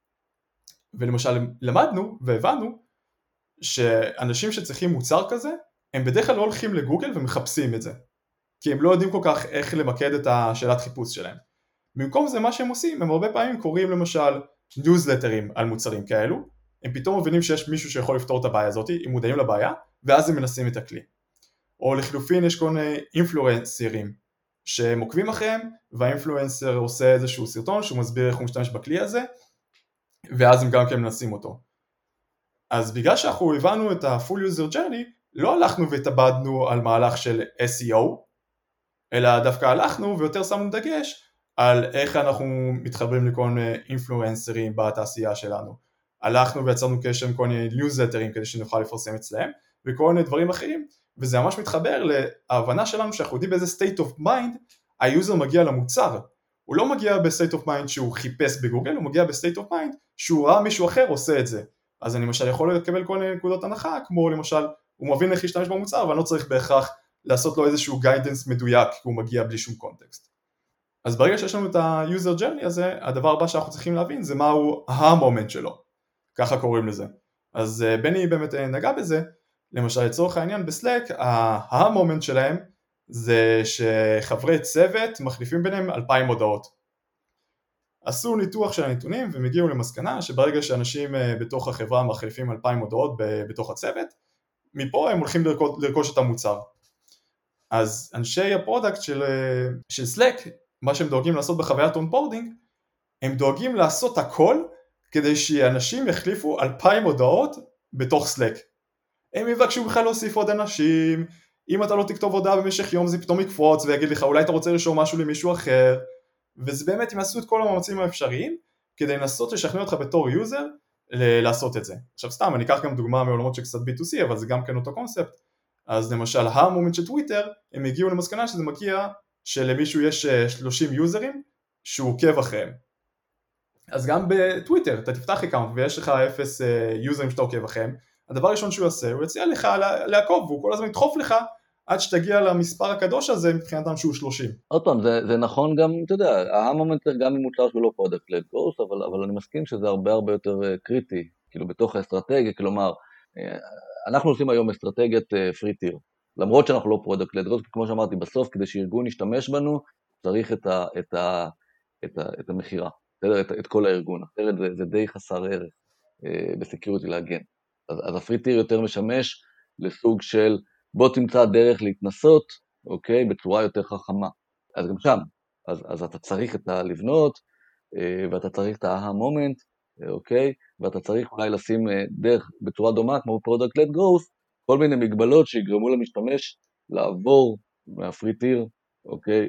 ולמשל למדנו והבנו שאנשים שצריכים מוצר כזה, הם בדרך כלל לא הולכים לגוגל ומחפשים את זה. כי הם לא יודעים כל כך איך למקד את השאלת חיפוש שלהם. במקום זה מה שהם עושים, הם הרבה פעמים קוראים למשל ניוזלטרים על מוצרים כאלו, הם פתאום מבינים שיש מישהו שיכול לפתור את הבעיה הזאת, הם מודעים לבעיה, ואז הם מנסים את הכלי. או לחילופין יש כל מיני אינפלואנסרים שהם עוקבים אחריהם, והאינפלואנסר עושה איזשהו סרטון שהוא מסביר איך הוא משתמש בכלי הזה, ואז הם גם כן מנסים אותו. אז בגלל שאנחנו הבנו את ה-full user journey, לא הלכנו והתאבדנו על מהלך של אס אי או, אלא דווקא הלכנו ויותר שמנו דגש על איך אנחנו מתחברים לכל מיני אינפלואנסרים בתעשייה שלנו. הלכנו ויצרנו קשר עם כל מיני ניוזלטרים כדי שנוכל לפרסם אצלהם, וכל מיני דברים אחרים, וזה ממש מתחבר להבנה שלנו שאנחנו יודעים באיזה state of mind היוזר מגיע למוצר. הוא לא מגיע ב-state of mind שהוא חיפש בגוגל, הוא מגיע ב-state of mind שהוא ראה מישהו אחר עושה את זה. אז אני למשל יכול לקבל כל מיני נקודות הנחה, כמו למשל, הוא מבין איך להשתמש במוצר, ואני לא צריך בהכרח לעשות לו איזשהו גיידנס מדויק, כי הוא מגיע בלי שום קונטקסט. אז ברגע שיש לנו את ה-user journey הזה, הדבר הבא שאנחנו צריכים להבין זה מהו ה-moment שלו, ככה קוראים לזה. אז בני באמת נגע בזה, למשל לצורך העניין בסלק, ה-moment שלהם זה שחברי צוות מחליפים ביניהם אלפיים הודעות. עשו ניתוח של הנתונים והם הגיעו למסקנה שברגע שאנשים בתוך החברה מחליפים אלפיים הודעות בתוך הצוות, מפה הם הולכים לרכוש, לרכוש את המוצר. אז אנשי הפרודקט של, של Slack, מה שהם דואגים לעשות בחוויית אונבורדינג, הם דואגים לעשות הכל כדי שאנשים יחליפו אלפיים הודעות בתוך Slack. הם יבקשו בכלל להוסיף עוד אנשים, אם אתה לא תכתוב הודעה במשך יום זה פתאום יקפוץ ויגיד לך אולי אתה רוצה לשאול משהו למישהו אחר, וזה באמת הם עשו את כל המאמצים האפשריים כדי לנסות לשכנע אותך בתור יוזר לעשות את זה. עכשיו סתם, אני אקח גם דוגמה מעולמות שקצת בי טו סי, אבל זה גם כן אותו קונספט. אז למשל, המומנט של טוויטר, הם הגיעו למסקנה שזה מגיע שלמישהו יש שלושים יוזרים שהוא עוקב אחריהם. אז גם בטוויטר, אתה תפתח אקאונט ויש לך אפס יוזרים שאתה עוקב אחריהם, הדבר הראשון שהוא יעשה, הוא יציע לך לעקוב, והוא כל הזמן ידחוף לך עד שתגיע למספר הקדוש הזה מבחינתם שהוא שלושים. עוד פעם, זה, זה נכון גם, אתה יודע, המומנט גם ממוצר שהוא לא פרודקט לד גרוס, אבל, אבל אני מסכים שזה הרבה הרבה יותר קריטי, כאילו בתוך האסטרטגיה, כלומר, אנחנו עושים היום אסטרטגיית פרי טיר, למרות שאנחנו לא פרודקט לד גרוס, כמו שאמרתי, בסוף כדי שארגון ישתמש בנו, צריך את, ה, את, ה, את, ה, את המחירה, את, את כל הארגון, אחרת זה, זה די חסר ערך. בסקיוריטי להגן. אז, אז הפרי טיר יותר משמש לסוג של בוא תמצא דרך להתנסות, אוקיי, בצורה יותר חכמה. אז גם שם, אז, אז אתה צריך את הלבנות, ואתה צריך את ה-aha moment, אוקיי, ואתה צריך אולי לשים דרך בצורה דומה, כמו product-led growth, כל מיני מגבלות שיגרמו למשתמש לעבור מהפרי טיר, אוקיי,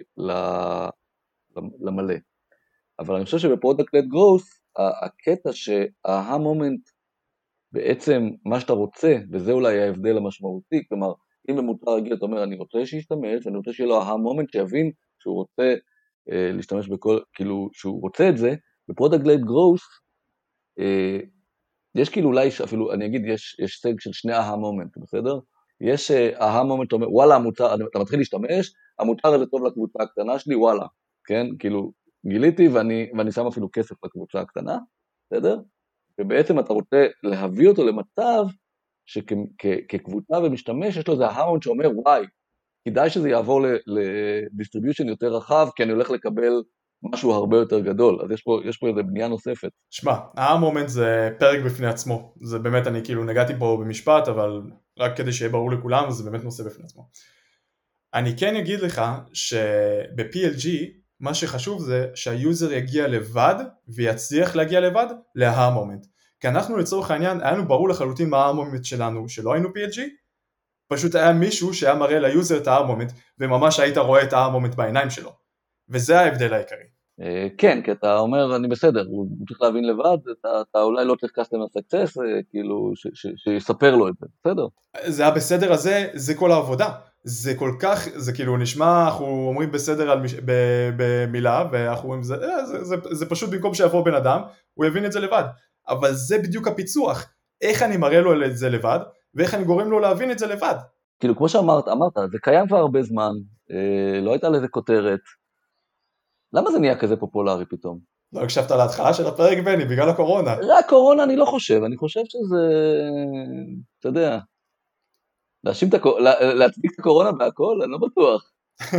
למלא. אבל אני חושב שבפרודקט-לד גרוס, הקטע שה-aha moment בעצם מה שאתה רוצה, וזה אולי ההבדל המשמעותי, כלומר, אם במוצר רגיל אתה אומר, אני רוצה שישתמש, ואני רוצה שיהיה לו ה-aha moment שיבין שהוא רוצה אה, להשתמש בכל, כאילו, שהוא רוצה את זה, בפרודקט-לד גרוס, אה, יש כאילו אולי, אפילו, אני אגיד, יש, יש סג של שני ה-aha moment, בסדר? יש ה-aha moment, אתה אומר, וואלה, המוצר, אתה מתחיל להשתמש, המוצר הזה טוב לקבוצה הקטנה שלי, וואלה, כן? כאילו, גיליתי ואני, ואני שם אפילו כסף לקבוצה הקטנה, בסדר? ובעצם אתה רוצה להביא אותו למצב שכקבוצה ומשתמש, יש לו איזה ההאונד שאומר, וואי, כדאי שזה יעבור לדיסטריביושן יותר רחב, כי אני הולך לקבל משהו הרבה יותר גדול, אז יש פה, יש פה איזה בנייה נוספת. שמע, המומנט זה פרק בפני עצמו, זה באמת, אני כאילו נגעתי פה במשפט, אבל רק כדי שיהיה ברור לכולם, זה באמת נושא בפני עצמו. אני כן אגיד לך שב-פי אל ג'י, מה שחשוב זה שהיוזר יגיע לבד ויצליח להגיע לבד לה-מומנט. כי אנחנו לצורך העניין, היה לנו ברור לחלוטין מה המומנט שלנו, שלא היינו פי אל ג'י, פשוט היה מישהו שהיה מראה ליוזר את המומנט, וממש היית רואה את המומנט בעיניים שלו. וזה ההבדל העיקרי. כן, כי אתה אומר, אני בסדר, הוא צריך להבין לבד, אתה, אתה אולי לא צריך customer success, כאילו, ש, ש, שיספר לו את זה, בסדר. זה היה בסדר הזה, זה כל העבודה. זה כל כך, זה כאילו נשמע, אנחנו אומרים בסדר על מש, ב, במילה, ואנחנו אומרים, זה, זה, זה, זה פשוט במקום שיבוא בן אדם, הוא יבין את זה לבד. אבל זה בדיוק הפיצוח, איך אני מראה לו את זה לבד, ואיך אני גורם לו להבין את זה לבד. כאילו, כמו שאמרת, אמרת, זה קיים כבר הרבה זמן, אה, לא הייתה לזה כותרת, למה זה נהיה כזה פופולרי פתאום? לא הקשבת להתחלה של הפרק בני, בגלל הקורונה. רק קורונה אני לא חושב, אני חושב שזה, אתה יודע, להאשים את הקורונה, להצדיק את הקורונה בהכל, אני לא בטוח.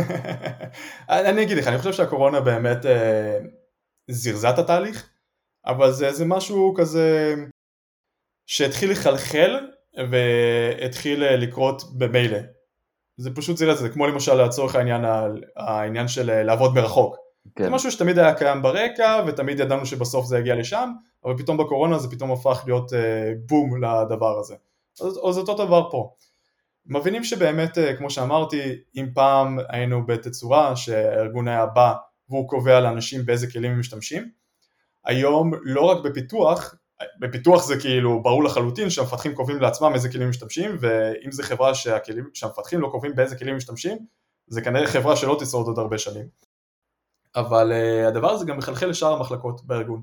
אני אגיד לך, אני חושב שהקורונה באמת אה, זירזה את התהליך, אבל זה, זה משהו כזה שהתחיל לחלחל והתחיל לקרות במילא. זה פשוט זירז, זה כמו למשל לצורך העניין, העניין של לעבוד מרחוק. כן. זה משהו שתמיד היה קיים ברקע, ותמיד ידענו שבסוף זה יגיע לשם, אבל פתאום בקורונה זה פתאום הפך להיות אה, בום לדבר הזה. אז, אז אותו דבר פה. מבינים שבאמת, אה, כמו שאמרתי, אם פעם היינו בתצורה שהארגון היה בא, והוא קובע לאנשים באיזה כלים הם משתמשים, היום לא רק בפיתוח, בפיתוח זה כאילו ברור לחלוטין שהמפתחים קובעים לעצמם איזה כלים משתמשים, ואם זה חברה שהכלים, שהמפתחים לא קובעים באיזה כלים משתמשים, זה כנראה חברה שלא תשרוד עוד הרבה שנים. אבל uh, הדבר הזה גם מחלחל לשאר המחלקות בארגון.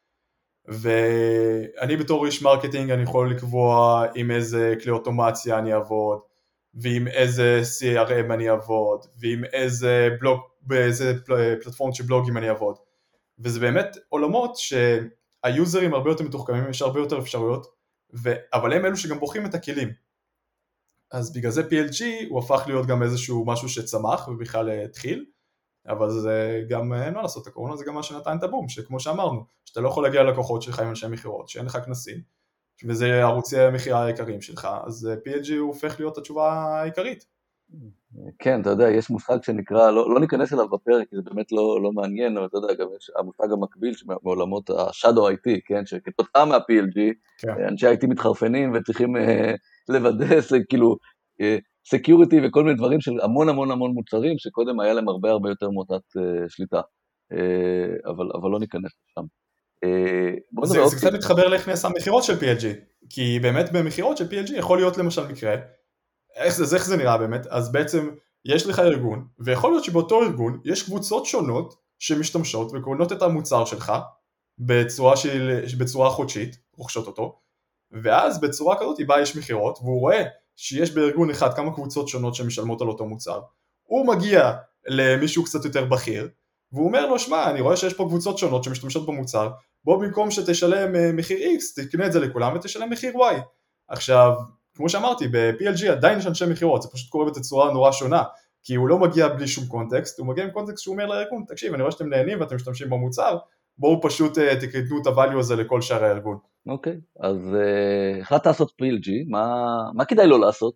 ואני בתור איש מרקטינג אני יכול לקבוע עם איזה כלי אוטומציה אני אעבוד, ועם איזה סי אר אם אני אעבוד, ועם איזה בלוג, באיזה פלטפורמות של בלוגים אני אעבוד. וזה באמת עולמות שהיוזרים הרבה יותר מתוחכמים, יש הרבה יותר אפשרויות, ו... אבל הם אלו שגם בוחרים את הכלים. אז בגלל זה פי אל ג'י הוא הפך להיות גם איזשהו משהו שצמח ובכלל התחיל, אבל זה גם, אין מה לעשות, הקורונה זה גם מה שנתן את הבום, שכמו שאמרנו, שאתה לא יכול להגיע ללקוחות שלך עם אנשי מחירות, שאין לך כנסים, וזה ערוצי המחירה העיקריים שלך, אז פי אל ג'י הוא הופך להיות התשובה העיקרית. כן, אתה יודע, יש מושג שנקרא, לא, לא ניכנס אליו בפרק, כי זה באמת לא, לא מעניין, אבל אתה יודע, גם יש המושג המקביל מעולמות ה-Shadow איי טי, כן, שכתוצאה מה-פי אל ג'י, כן. אנשי איי טי מתחרפנים וצריכים אה, לוודא, כאילו, אה, סקיוריטי וכל מיני דברים של המון המון המון מוצרים, שקודם היה להם הרבה הרבה יותר מוטת uh, שליטה, uh, אבל, אבל לא ניכנס לשם. Uh, זה, זה קצת מתחבר לאיך נעשה מחירות של פי אל ג'י, כי באמת במחירות של פי אל ג'י יכול להיות למשל מקרה, איך זה, איך זה נראה באמת, אז בעצם יש לך ארגון, ויכול להיות שבאותו ארגון יש קבוצות שונות שמשתמשות וקונות את המוצר שלך, בצורה, של, בצורה חודשית, רוכשות אותו, ואז בצורה כזאת היא באה יש מחירות, והוא רואה, שיש בארגון אחד כמה קבוצות שונות שמשלמות על אותו מוצר, הוא מגיע למישהו קצת יותר בכיר, והוא אומר לו, שמע, אני רואה שיש פה קבוצות שונות שמשתמשות במוצר, בוא במקום שתשלם מחיר X, תקנה את זה לכולם ותשלם מחיר Y. עכשיו, כמו שאמרתי, ב-פי אל ג'י עדיין יש אנשי מחירות, זה פשוט קורה בתצורה נורא שונה, כי הוא לא מגיע בלי שום קונטקסט, הוא מגיע עם קונטקסט שהוא אומר לארגון, תקשיב, אני רואה שאתם נהנים ואתם משתמשים במוצר, בואו פשוט תקנו את הvalue הזה לכל שאר הארגון. אוקיי, אז uh, החלטת לעשות פי אל ג'י, מה, מה כדאי לו לעשות?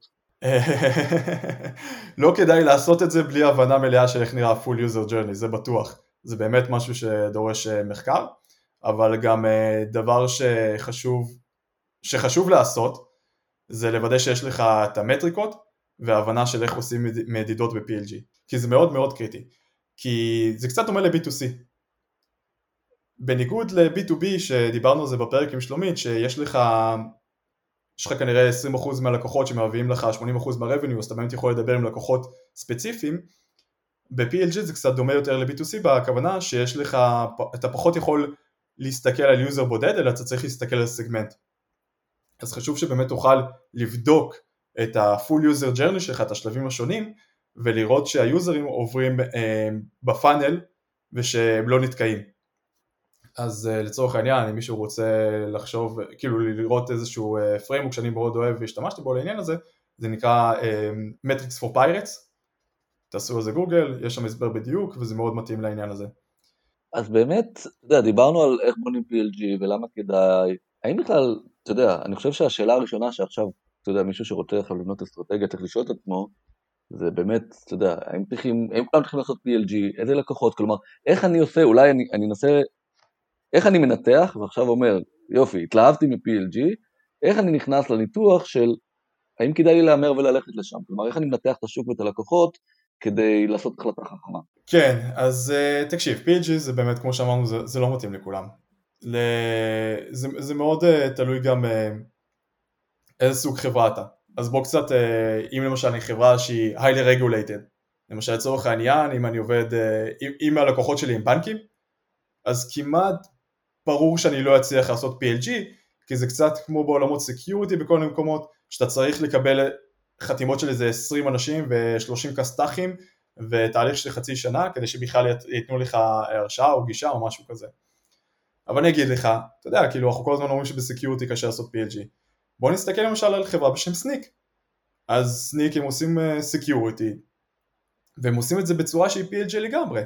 לא כדאי לעשות את זה בלי הבנה מלאה של איך נראה full user journey, זה בטוח. זה באמת משהו שדורש מחקר, אבל גם דבר שחשוב, שחשוב לעשות, זה לוודא שיש לך את המטריקות והבנה של איך עושים מדידות ב-פי אל ג'י, כי זה מאוד מאוד קריטי, כי זה קצת דומה ל-בי טו סי. בניגוד ל-בי טו בי שדיברנו על זה בפרק עם שלומית, שיש לך, יש לך כנראה עשרים אחוז מהלקוחות שמביאים לך שמונים אחוז מהרבניו, אז אתה באמת יכול לדבר עם לקוחות ספציפיים, ב-פי אל ג'י זה קצת דומה יותר ל-בי טו סי, בכוונה שיש לך, אתה פחות יכול להסתכל על יוזר בודד, אלא אתה צריך להסתכל על סגמנט. אז חשוב שבאמת תוכל לבדוק את ה-full user journey שלך, את השלבים השונים, ולראות שהיוזרים עוברים אה, בפאנל, ושהם לא נתקעים. אז uh, לצורך העניין, אם מישהו רוצה לחשוב, כאילו לראות איזשהו uh, framework שאני מאוד אוהב והשתמשתי בו לעניין הזה, זה נקרא uh, Metrics for Pirates, תעשו על זה גוגל, יש שם הסבר בדיוק, וזה מאוד מתאים לעניין הזה. אז באמת, אתה יודע, דיברנו על איך בונים פי אל ג'י ולמה כדאי, האם בכלל, אתה יודע, אני חושב שהשאלה הראשונה שעכשיו, אתה יודע, מישהו שרוצה עכשיו לבנות אסטרטגיה, צריך לשאול את עצמו, זה באמת, אתה יודע, האם צריכים, האם כולם צריכים לעשות פי אל ג'י, איזה לקוחות, כלומר, איך אני עושה, אולי אני, אני אנסה, איך אני מנתח, ועכשיו אומר, יופי, התלהבתי מ-פי אל ג'י, איך אני נכנס לניתוח של, האם כדאי לי לאמר וללכת לשם, כלומר, איך אני מנתח את השוק ואת הלקוחות, כדי לעשות החלטה חכמה. כן, אז uh, תקשיב, פי אל ג'י זה באמת, כמו שאמרנו, זה, זה לא מתאים לכולם. ל... זה, זה מאוד uh, תלוי גם uh, איזה סוג חברה אתה. אז בוא קצת, uh, אם למשל אני חברה שהיא highly regulated, למשל לצורך העניין, אם אני עובד, uh, אם, אם הלקוחות שלי הם בנקים, אז כמעט ברור שאני לא אצליח לעשות פי אל ג'י, כי זה קצת כמו בעולמות סקיוריטי בכל מיני מקומות, שאתה צריך לקבל חתימות של איזה עשרים אנשים ו-שלושים קסטחים, ותהליך של חצי שנה, כדי שבכלל ייתנו לך הרשאה או גישה או משהו כזה. אבל אני אגיד לך, אתה יודע, כאילו אנחנו כל הזמן אומרים שבסקיוריטי קשה לעשות פי אל ג'י. בוא נסתכל למשל על חברה בשם סניק. אז סניק הם עושים סקיוריטי, והם עושים את זה בצורה שהיא פי אל ג'י לגמרי.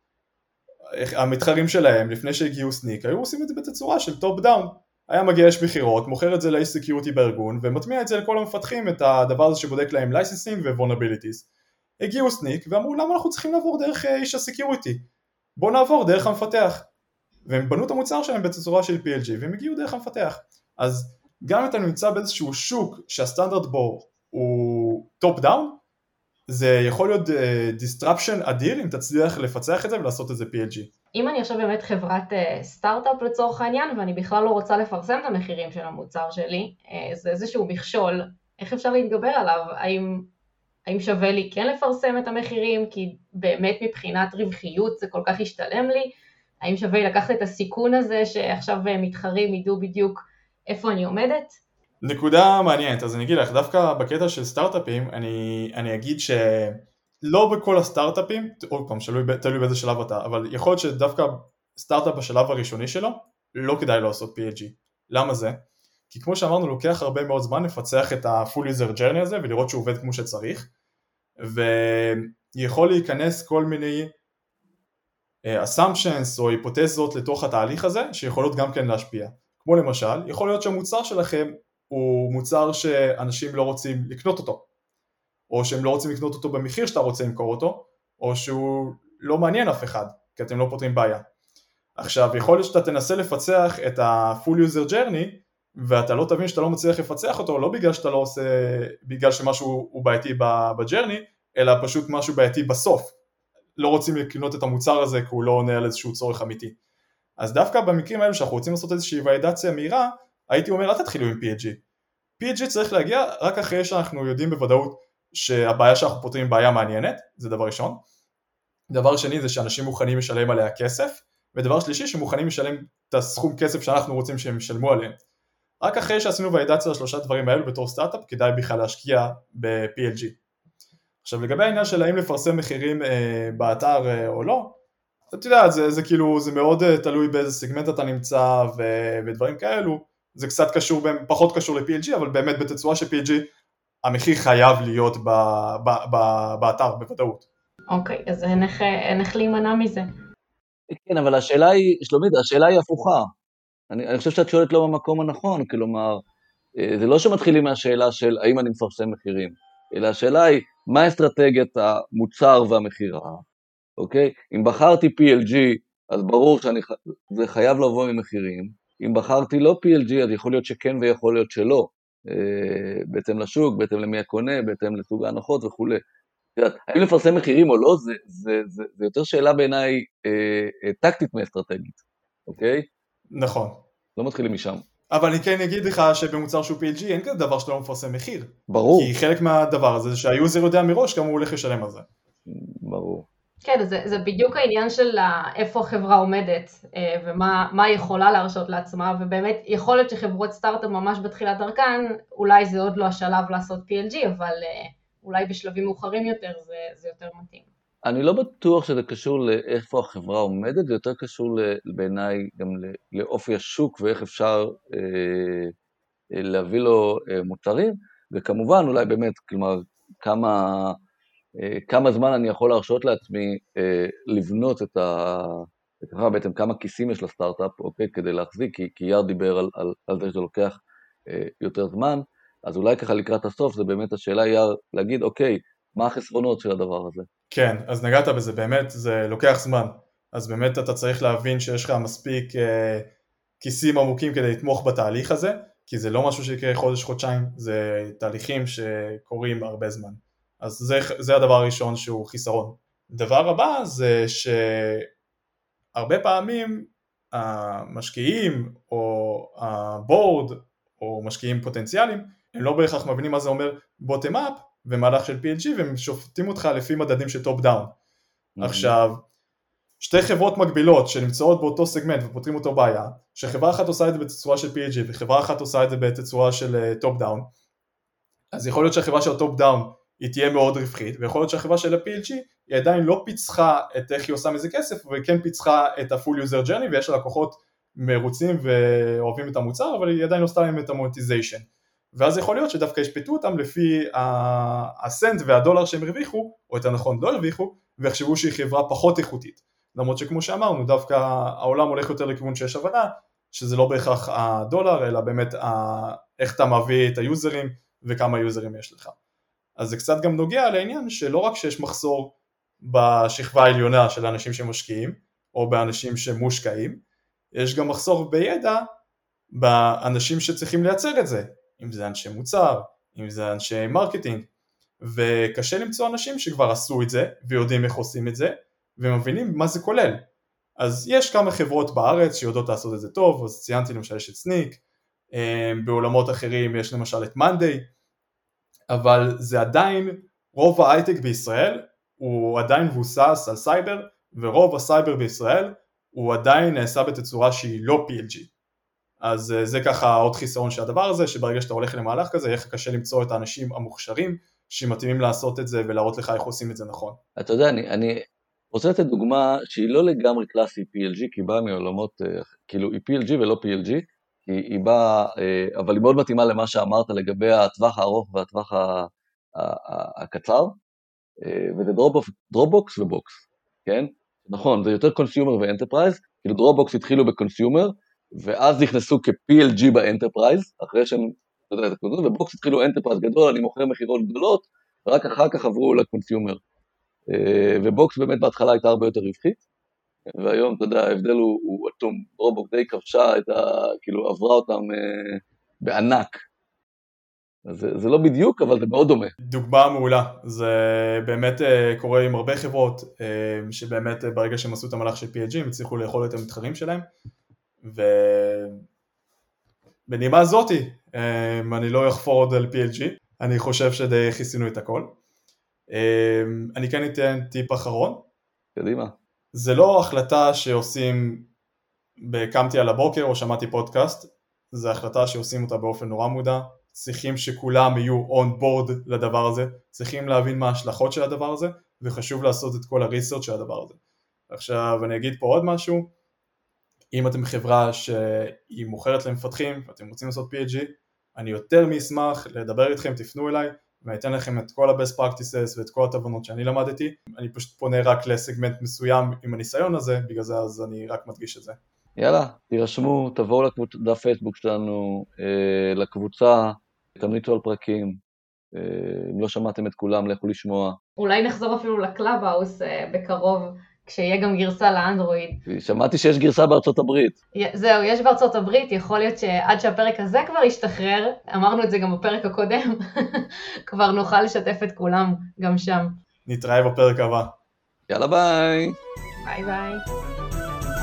המתחרים שלהם, לפני שהגיעו סניק, היו עושים את זה בתצורה של טופ דאון. היה מגיע יש בחירות, מוכר את זה לאיש סקיוריטי בארגון, ומטמיע את זה לכל המפתחים, את הדבר הזה שבודק להם לייסנסינג ו-vulnerabilities. הגיעו סניק ואמרו למה אנחנו צריכים לעבור דרך איש הסקיוריטי, בואו נעבור דרך המפתח, והם בנו את המוצר שלהם בצורה של פי אל ג'י והם הגיעו דרך המפתח. אז גם אם אתה נמצא באיזשהו שוק שהסטנדרט בו הוא טופ דאון, זה יכול להיות דיסטרפשן אדיר אם תצליח לפצח את זה ולעשות את זה פי אל ג'י. אם אני עכשיו באמת חברת סטארט-אפ לצורך העניין ואני בכלל לא רוצה לפרסם את המחירים של המוצר שלי, זה איזשהו מכשול, איך אפשר להתגבר עליו? האם האם שווה לי כן לפרסם את המחירים, כי באמת מבחינת רווחיות זה כל כך ישתלם לי? האם שווה לי לקחת את הסיכון הזה שעכשיו מתחרים ידעו בדיוק איפה אני עומדת? נקודה מעניינת, אז אני אגיד לך, דווקא בקטע של סטארט-אפים, אני, אני אגיד שלא בכל הסטארט-אפים, עוד פעם, תלוי באיזה שלב אתה, אבל יכול להיות שדווקא סטארט-אפ בשלב הראשוני שלו, לא כדאי לו לעשות פי אל ג'י. למה זה? כי כמו שאמרנו, לוקח הרבה מאוד זמן לפצח את ה-full user journey הזה, ולראות שהוא עובד כמו שצריך, ויכול להיכנס כל מיני assumptions או היפותזות לתוך התהליך הזה, שיכולות גם כן להשפיע. כמו למשל, יכול להיות שהמוצר שלכם הוא מוצר שאנשים לא רוצים לקנות אותו, או שהם לא רוצים לקנות אותו במחיר שאתה רוצה למכור אותו, או שהוא לא מעניין אף אחד, כי אתם לא פותרים בעיה. עכשיו, יכול להיות שאתה תנסה לפצח את ה-full user journey, ואתה לא תבין שאתה לא מצליח לפצח אותו, לא בגלל שאתה לא עושה, בגלל שמשהו הוא בעייתי בג'רני, אלא פשוט משהו בעייתי בסוף. לא רוצים לקנות את המוצר הזה, כי הוא לא עונה על איזשהו צורך אמיתי. אז דווקא במקרים האלו שאנחנו רוצים לעשות איזושהי ולידציה מהירה, הייתי אומר, אל תתחילו עם פי אל ג'י. פי אל ג'י צריך להגיע רק אחרי שאנחנו יודעים בוודאות שהבעיה שאנחנו פותרים בעיה מעניינת, זה דבר ראשון. דבר שני זה שאנשים מוכנים לשלם עליה כסף, ודבר שלישי שמוכנים לשלם את הסכום כסף שאנחנו רוצים שהם ישלמו עליהם. רק אחרי שעשינו ולידציה לשלושה דברים האלו בתור סטארט-אפ, כדאי בכלל להשקיע ב-פי אל ג'י. עכשיו לגבי העניין של האם לפרסם מחירים אה, באתר אה, או לא, אתה יודע, זה, זה כאילו, זה מאוד אה, תלוי באיזה סגמנט אתה נמצא ו- ודברים כאלו, זה קצת קשור, פחות קשור ל-פי אל ג'י, אבל באמת בתצורה של פי אל ג'י, המחיר חייב להיות ב- ב- ב- באתר בוודאות. אוקיי, אז אין איך, אין איך להימנע מזה. כן, אבל השאלה היא, שלומית, השאלה היא הפוכה. אני, אני חושב שאת שואלת לא במקום הנכון, כלומר, זה לא שמתחילים מהשאלה של האם אני מפרסם מחירים, אלא השאלה היא, מה אסטרטגיית המוצר והמחירה, אוקיי? אם בחרתי פי אל ג'י, אז ברור שזה חייב לבוא ממחירים, אם בחרתי לא פי אל ג'י, אז יכול להיות שכן ויכול להיות שלא, בהתאם לשוק, בהתאם למי הקונה, בהתאם לסוג ההנחות וכו'. האם לפרסם מחירים או לא, זה, זה, זה, זה יותר שאלה בעיניי אה, טקטית מאסטרטגית, אוקיי? נכון. לא מתחילים משם. אבל אני כן אגיד לך שבמוצר שהוא פי אל ג'י אין כזה דבר שאתה לא מפרסם מחיר. ברור. כי חלק מהדבר הזה זה שהיוזר יודע מראש כמה הוא הולך לשלם על זה. ברור. כן, זה, זה בדיוק העניין של איפה החברה עומדת ומה מה היא יכולה להרשות לעצמה, ובאמת יכול להיות שחברות סטארט-אפ ממש בתחילת דרכן, אולי זה עוד לא השלב לעשות פי אל ג'י, אבל אולי בשלבים מאוחרים יותר זה, זה יותר מתאים. אני לא בטוח שזה קשור לאיפה החברה עומדת, זה יותר קשור בעיניי גם לאופי השוק ואיך אפשר אה, להביא לו אה, מוצרים, וכמובן אולי באמת, כלומר, כמה... כמה זמן אני יכול להרשות לעצמי אה, לבנות את ה... את ה... בעצם כמה כיסים יש לסטארט-אפ, אוקיי, כדי להחזיק, כי, כי יאר דיבר על, על, על זה שזה לוקח אה, יותר זמן, אז אולי ככה לקראת הסוף, זה באמת השאלה יאר להגיד, אוקיי, מה החסרונות של הדבר הזה? כן, אז נגעת בזה, באמת, זה לוקח זמן, אז באמת אתה צריך להבין שיש לך מספיק אה, כיסים עמוקים כדי לתמוך בתהליך הזה, כי זה לא משהו שיקרה חודש, חודשיים, זה תהליכים שקורים הרבה זמן. אז זה, זה הדבר הראשון שהוא חיסרון. דבר הבא זה שהרבה פעמים המשקיעים או הבורד או משקיעים פוטנציאליים הם לא בהכרח מבינים מה זה אומר bottom up ומהלך של פי אל ג'י, והם שופטים אותך לפי מדדים של טופ דאון. Mm-hmm. עכשיו, שתי חברות מקבילות שנמצאות באותו סגמנט ופותרים אותו בעיה, שחברה אחת עושה את זה בתצורה של פי אל ג'י וחברה אחת עושה את זה בתצורה של טופ דאון, אז יכול להיות שהחברה של הטופ דאון היא תהיה מאוד רווחית, ויכול להיות שהחברה של ה-פי אל ג'י היא עדיין לא פיצחה את איך היא עושה מזה כסף, וכן פיצחה את ה-full user journey, ויש לה לקוחות מרוצים ואוהבים את המוצר, אבל היא עדיין לא עושה להם את המוניטיזיישן. ואז יכול להיות שדווקא ישפטו אותם לפי הסנט והדולר שהם הרוויחו, או יותר נכון לא הרוויחו, ויחשבו שהיא חברה פחות איכותית. למרות שכמו שאמרנו, דווקא העולם הולך יותר לכיוון שיש הבנה, שזה לא בהכרח הדולר, אלא באמת איך אתה מביא את היוזרים, וכמה יוזרים יש לך. אז זה קצת גם נוגע לעניין שלא רק שיש מחסור בשכבה העליונה של האנשים שמשקיעים, או באנשים שמושקעים, יש גם מחסור בידע באנשים שצריכים לייצר את זה, אם זה אנשי מוצר, אם זה אנשי מרקטינג, וקשה למצוא אנשים שכבר עשו את זה, ויודעים איך עושים את זה, ומבינים מה זה כולל. אז יש כמה חברות בארץ שיודעות לעשות את זה טוב, אז ציינתי למשל יש את סניק, בעולמות אחרים יש למשל את מאנדיי, אבל זה עדיין, רוב ההייטק בישראל הוא עדיין מבוסס על סייבר, ורוב הסייבר בישראל הוא עדיין נעשה בתצורה שהיא לא פי אל ג'י. אז זה ככה עוד חיסרון של הדבר הזה, שברגע שאתה הולך למהלך כזה, יהיה קשה למצוא את האנשים המוכשרים שמתאימים לעשות את זה ולהראות לך איך עושים את זה נכון. אתה יודע, אני, אני רוצה לתת דוגמה שהיא לא לגמרי קלאסי פי אל ג'י, כי היא באה מעולמות, כאילו היא פי אל ג'י ולא פי אל ג'י, היא, היא באה, אבל היא מאוד מתאימה למה שאמרת לגבי הטווח הארוך והטווח הקצר, וזה דרופבוקס ובוקס, כן? נכון, זה יותר קונסיומר ואנטרפרייז, כאילו דרופבוקס התחילו בקונסיומר, ואז נכנסו כ-פי אל ג'י באנטרפרייז, אחרי שהם, אתה יודע, ובוקס התחילו אנטרפרייז גדול, אני מוכר מחירות גדולות, ורק אחר כך עברו לקונסיומר. ובוקס באמת בהתחלה הייתה הרבה יותר רווחית, והיום, אתה יודע, ההבדל הוא, הוא אטום, דרופבוקס די כבשה את ה... כאילו עברה אותם אה, בענק. זה, זה לא בדיוק, אבל זה מאוד דומה. דוגמה מעולה, זה באמת אה, קורה עם הרבה חברות, אה, שבאמת אה, ברגע שהם עשו את המהלך של פי אל ג'י, הם הצליחו לאכול את המתחרים שלהם, ובנימה הזאתי, אה, אני לא אחפור עוד על פי אל ג'י, אני חושב שדי חיסינו את הכל. אה, אני כן אתן טיפ אחרון. קדימה. זה לא החלטה שעושים בקמתי על הבוקר או שמעתי פודקאסט, זה החלטה שעושים אותה באופן נורא מודע, צריכים שכולם יהיו on board לדבר הזה, צריכים להבין מה ההשלכות של הדבר הזה, וחשוב לעשות את כל הריסרצ' של הדבר הזה. עכשיו אני אגיד פה עוד משהו, אם אתם חברה שהיא מוכרת למפתחים, ואתם רוצים לעשות פי אל ג'י, אני יותר מאשמח לדבר איתכם, תפנו אליי, ואני אתן לכם את כל ה-best practices ואת כל התובנות שאני למדתי, אני פשוט פונה רק לסגמנט מסוים עם הניסיון הזה, בגלל זה אז אני רק מדגיש את זה. יאללה, תירשמו, תבואו לדף פייסבוק שלנו, אה, לקבוצה, תמליצו על פרקים, אה, אם לא שמעתם את כולם, לכו לשמוע. אולי נחזור אפילו לקלאבהאוס אה, בקרוב, כשיהיה גם גרסה לאנדרואיד. שמעתי שיש גרסה בארצות הברית. זהו, יש בארצות הברית, יכול להיות שעד שהפרק הזה כבר ישתחרר, אמרנו את זה גם בפרק הקודם, כבר נוכל לשתף את כולם גם שם. נתראה בפרק הבא. יאללה ביי. ביי ביי.